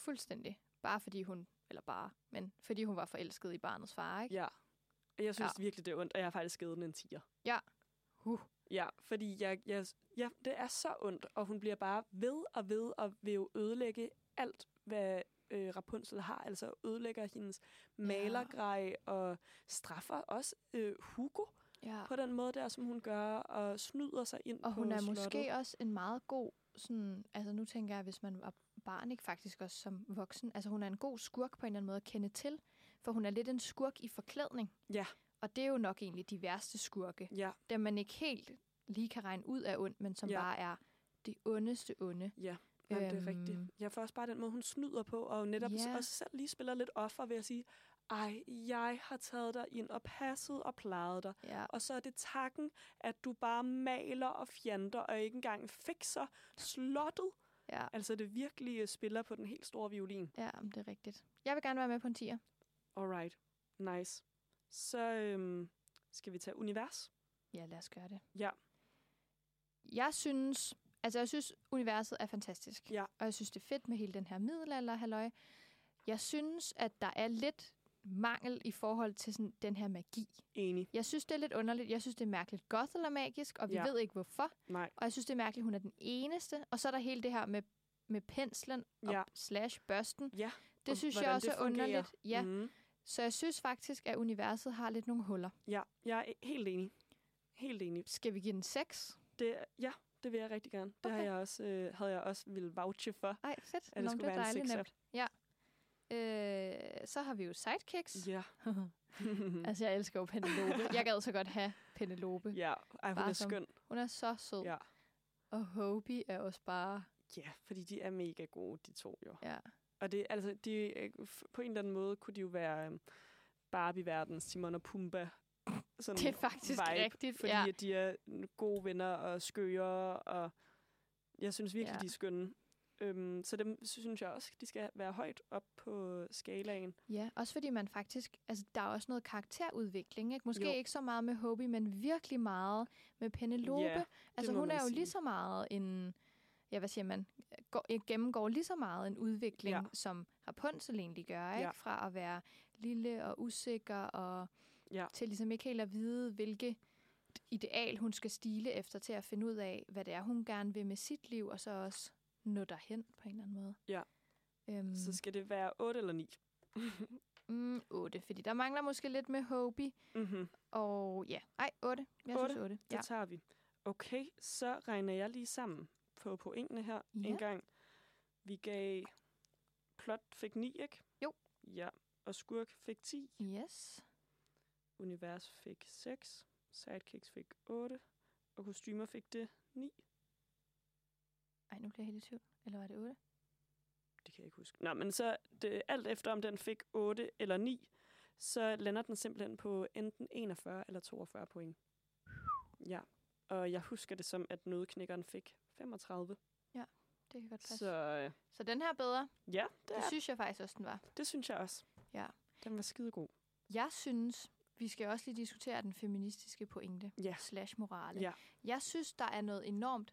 fuldstændig. Bare fordi hun, eller bare, men fordi hun var forelsket i barnets far, ikke? Ja. Jeg synes Ja. virkelig, det er ondt, og jeg har faktisk givet den en tier. Ja. Uh. Ja, fordi jeg, jeg, ja, det er så ondt, og hun bliver bare ved og ved og vil jo ødelægge alt, hvad øh, Rapunzel har. Altså ødelægger hendes malergrej og straffer også øh, Hugo Ja. på den måde der, som hun gør, og snyder sig ind Og på hun er slottet. måske også en meget god, sådan, altså nu tænker jeg, hvis man var barn, ikke faktisk også som voksen, altså hun er en god skurk på en eller anden måde at kende til, for hun er lidt en skurk i forklædning. Ja. Og det er jo nok egentlig de værste skurke, Ja, dem man ikke helt lige kan regne ud af ondt, men som Ja. bare er det ondeste onde. ja. Jamen, det er Øhm. rigtigt. Jeg får også bare den måde, hun snyder på, og netop Ja. også selv lige spiller lidt offer ved at sige, ej, jeg har taget dig ind og passet og plejet dig. Ja. Og så er det takken, at du bare maler og fjanter, og ikke engang fikser slottet. Ja. Altså det virkelig spiller på den helt store violin. Ja, det er rigtigt. Jeg vil gerne være med på en tier. Alright. Nice. Så øhm, skal vi tage univers. Ja, lad os gøre det. Ja. Jeg synes, altså jeg synes, universet er fantastisk. Ja. Og jeg synes, det er fedt med hele den her middelalderhalløj. Jeg synes, at der er lidt mangel i forhold til sådan, den her magi. Enig. Jeg synes, det er lidt underligt. Jeg synes, det er mærkeligt. Gothel er magisk, og vi Ja. ved ikke, hvorfor. Nej. Og jeg synes, det er mærkeligt, hun er den eneste. Og så er der hele det her med, med penslen og Ja. slash børsten. Ja. Det og synes jeg hvordan også det er underligt. fungerer. Ja. Mm. Så jeg synes faktisk, at universet har lidt nogle huller. Ja, jeg er helt enig. Helt enig. Skal vi give den seks? Det, ja, det vil jeg rigtig gerne. Det Okay. har jeg også, øh, havde jeg også ville vouche for, Ej, fedt. at det Nå, skulle det er være en dejligt sekser. nemt. Ja. Øh, så har vi jo sidekicks. Ja. Altså, jeg elsker jo Penelope. Jeg gad så godt have Penelope. Ja, ej, hun Bare er som- skøn. Hun er så sød. Ja. Og Hobie er også bare... Ja, fordi de er mega gode, de to jo. Ja. Og det, altså, de, øh, f- på en eller anden måde kunne de jo være øh, Barbie-verdens Timon og Pumba. Sådan Det er faktisk vibe, rigtigt. Fordi Ja. at de er gode venner og skøre, og jeg synes virkelig, Ja. de er skønne. Øhm, så dem synes jeg også, de skal være højt op på skalaen. ja, også fordi man faktisk... Altså, der er også noget karakterudvikling, ikke? Måske Jo. ikke så meget med Hobie, men virkelig meget med Penelope. Ja, altså, må hun man er jo sige. lige så meget en... Ja, hvad siger man? Går, gennemgår lige så meget en udvikling, Ja. som Rapunzel egentlig gør, ikke? Ja. Fra at være lille og usikker, og Ja. til ligesom ikke helt at vide, hvilke ideal hun skal stile efter, til at finde ud af, hvad det er, hun gerne vil med sit liv, og så også nå derhen på en eller anden måde. Ja. Øhm, Så skal det være otte eller ni. mm, otte, fordi der mangler måske lidt med Hobie. Mm-hmm. Og ja, ej, otte. Jeg Otte? synes otte. Det Ja. tager vi. Okay, så regner jeg lige sammen på pointene her Ja. en gang. Vi gav... Plot fik ni, ikke? Jo. Ja, og skurk fik ti. Yes. Univers fik seks. Sidekicks fik otte. Og kostymer fik det ni. Ej, nu bliver jeg helt i tvivl. Eller var det otte? Det kan jeg ikke huske. Nå, men så det, alt efter om den fik otte eller ni, så lander den simpelthen på enten enogfyrre eller toogfyrre point. Ja, og jeg husker det som, at nødknækkeren fik femogtredive. Det kan godt passe. Så Så, øh, så den her er bedre. ja, det, Det er, synes jeg faktisk også, den var. det synes jeg også. Ja. Den var skidegod. Jeg synes, vi skal også lige diskutere den feministiske pointe. Ja. Slash morale. Ja. Jeg synes, der er noget enormt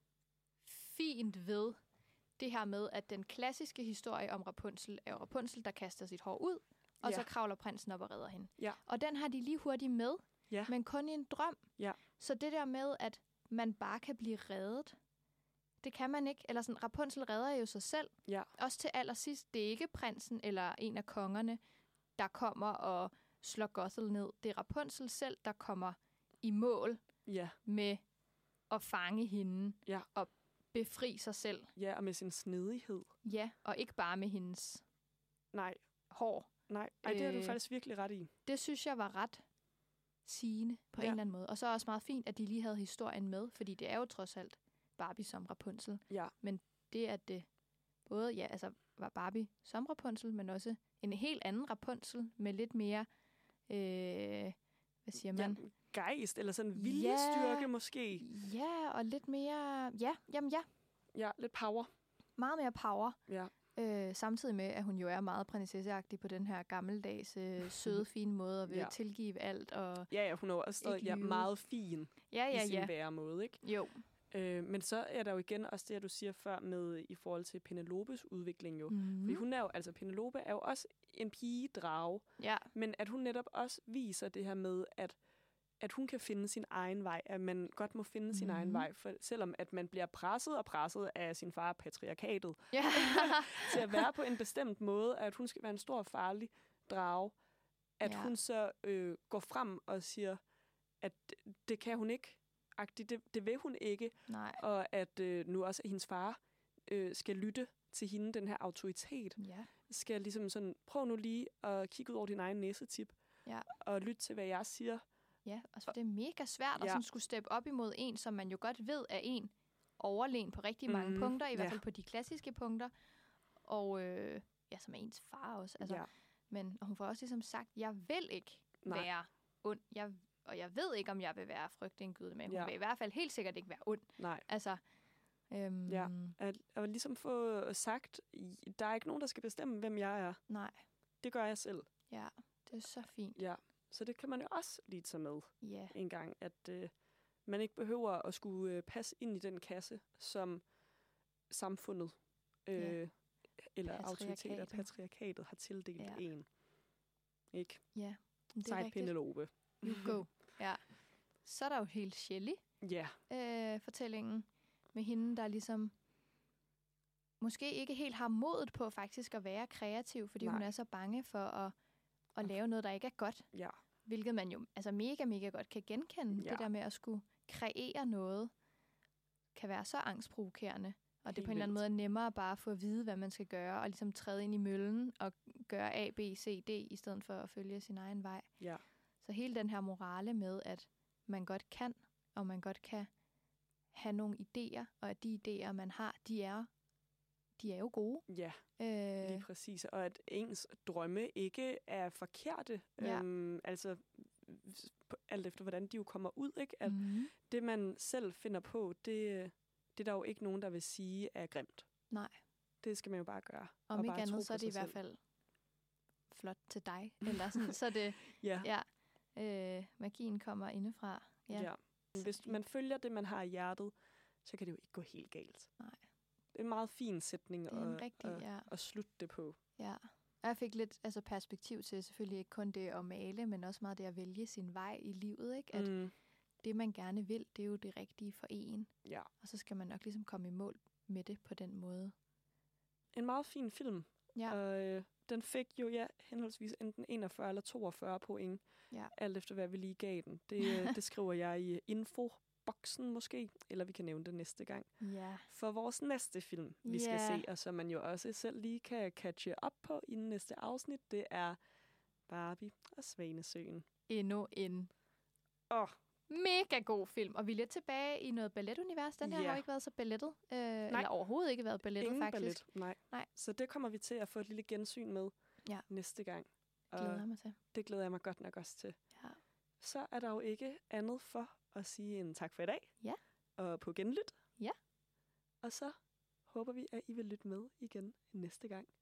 fint ved det her med, at den klassiske historie om Rapunzel er jo Rapunzel, der kaster sit hår ud, og Ja. så kravler prinsen op og redder hende. Ja. Og den har de lige hurtigt med, Ja. men kun i en drøm. Ja. Så det der med, at man bare kan blive reddet, det kan man ikke. Eller sådan, Rapunzel redder jo sig selv. Ja. Også til allersidst, det er ikke prinsen eller en af kongerne, der kommer og slår Gothel ned. Det er Rapunzel selv, der kommer i mål Ja, med at fange hende Ja. og befri sig selv. ja, og med sin snedighed. Ja, og ikke bare med hendes Nej, hår. nej. Ej, det har du Øh. faktisk virkelig ret i. Det synes jeg var ret sigende på Ja. en eller anden måde. Og så også meget fint, at de lige havde historien med, fordi det er jo trods alt Barbie som Rapunzel. Ja. Det, at det både ja, altså, var Barbie som Rapunzel, men også en helt anden Rapunzel med lidt mere, øh, hvad siger man? Ja, gejst, eller sådan viljestyrke måske. Ja, og lidt mere, ja, jamen ja, Ja, lidt power. meget mere power. Ja. Øh, samtidig med, at hun jo er meget prinsesseagtig på den her gammeldags, øh, søde, fine måde, og vil Ja. ja. tilgive alt. Og Ja, ja, hun er jo også stadig Ikke ja, lyve. meget fin ja, i ja, sin ja. være måde, ikke? Jo, Øh, men så er der jo igen også det, du siger før med i forhold til Penelopes udvikling jo. Mm. Fordi hun er jo, altså Penelope er jo også en pigedrage, Ja. men at hun netop også viser det her med, at, at hun kan finde sin egen vej, at man godt må finde mm. sin egen vej, for selvom at man bliver presset og presset af sin far patriarkatet, Ja. til at være på en bestemt måde, at hun skal være en stor farlig drage, at Ja. hun så øh, går frem og siger, at det kan hun ikke, det, det vil hun ikke, Nej. og at øh, nu også at hendes far øh, skal lytte til hende, den her autoritet, Ja. skal ligesom sådan, prøv nu lige at kigge ud over din egen næsetip, Ja. og lytte til, hvad jeg siger. Ja, altså for det er mega svært Ja. at sådan skulle steppe op imod en, som man jo godt ved er en overlegen på rigtig mange Mhm, punkter, i hvert ja. fald på de klassiske punkter, og øh, ja, som er ens far også. Altså, Ja. Men og hun får også ligesom sagt, jeg vil ikke Nej. være ond, jeg, og jeg ved ikke, om jeg vil være frygtindgydende, men hun Ja. vil i hvert fald helt sikkert ikke være ond. Nej. Altså, øhm, Ja. At, at ligesom få sagt, der er ikke nogen, der skal bestemme, hvem jeg er. nej, Det gør jeg selv. ja, det er så fint. Ja. Så det kan man jo også lige tage med Ja, en gang, at øh, man ikke behøver at skulle øh, passe ind i den kasse, som samfundet øh, Ja. eller autoriteter, Patriarkatet. patriarkatet har tildelt Ja. en. Ikke? ja. Det er Sej rigtigt. Penelope. You go. Ja. Så er der jo helt Shelley. Ja. øh, fortællingen med hende, der ligesom måske ikke helt har modet på faktisk at være kreativ, fordi Nej. hun er så bange for at, at lave noget, der ikke er godt. Ja. Hvilket man jo altså mega, mega godt kan genkende. Ja. Det der med at skulle kreere noget, kan være så angstprovokerende. Og det Helt på en eller anden vildt. måde er nemmere bare at få at vide, hvad man skal gøre, og ligesom træde ind i møllen og gøre A, B, C, D, i stedet for at følge sin egen vej. Ja. Så hele den her morale med, at man godt kan, og man godt kan have nogle idéer, og at de idéer, man har, de er, de er jo gode. Ja, Øh, lige præcis. Og at ens drømme ikke er forkerte. Ja. Øhm, altså, på- alt efter hvordan de jo kommer ud, ikke? At mm, det, man selv finder på, det, det er der jo ikke nogen, der vil sige er grimt. nej, Det skal man jo bare gøre. om og ikke bare tro andet, så på er det i sig hvert selv. fald flot til dig. Eller sådan, så er det, Ja. ja, øh, magien kommer indefra. Ja. ja. Hvis man følger det, man har i hjertet, så kan det jo ikke gå helt galt. Nej. Det er en meget fin sætning Det er en at, rigtig, at, ja. at slutte det på. Ja. Og jeg fik lidt altså, perspektiv til selvfølgelig ikke kun det at male, men også meget det at vælge sin vej i livet. Ikke? At Mm. det, man gerne vil, det er jo det rigtige for en. Ja. Og så skal man nok ligesom komme i mål med det på den måde. En meget fin film. Ja. Og øh, den fik jo ja, henholdsvis enten enogfyrre eller toogfyrre point. Ja. Alt efter, hvad vi lige gav den. Det, øh, det skriver jeg i infoboksen måske, eller vi kan nævne det næste gang. Ja. For vores næste film, vi skal Ja. se, og som man jo også selv lige kan catche op på i den næste afsnit, det er Barbie og Svanesøen. Endnu en Åh, mega god film. Og vi er lidt tilbage i noget balletunivers. Den her Ja. har jo ikke været så ballettet. Øh, eller overhovedet ikke været ballettet, ingen faktisk. ballet. Nej. Nej. Så det kommer vi til at få et lille gensyn med Ja. næste gang. Og Glæder jeg mig til. det glæder jeg mig godt nok også til. Ja. Så er der jo ikke andet for at sige en tak for i dag. Ja. Og på genlyt. Ja. Og så håber vi, at I vil lytte med igen næste gang.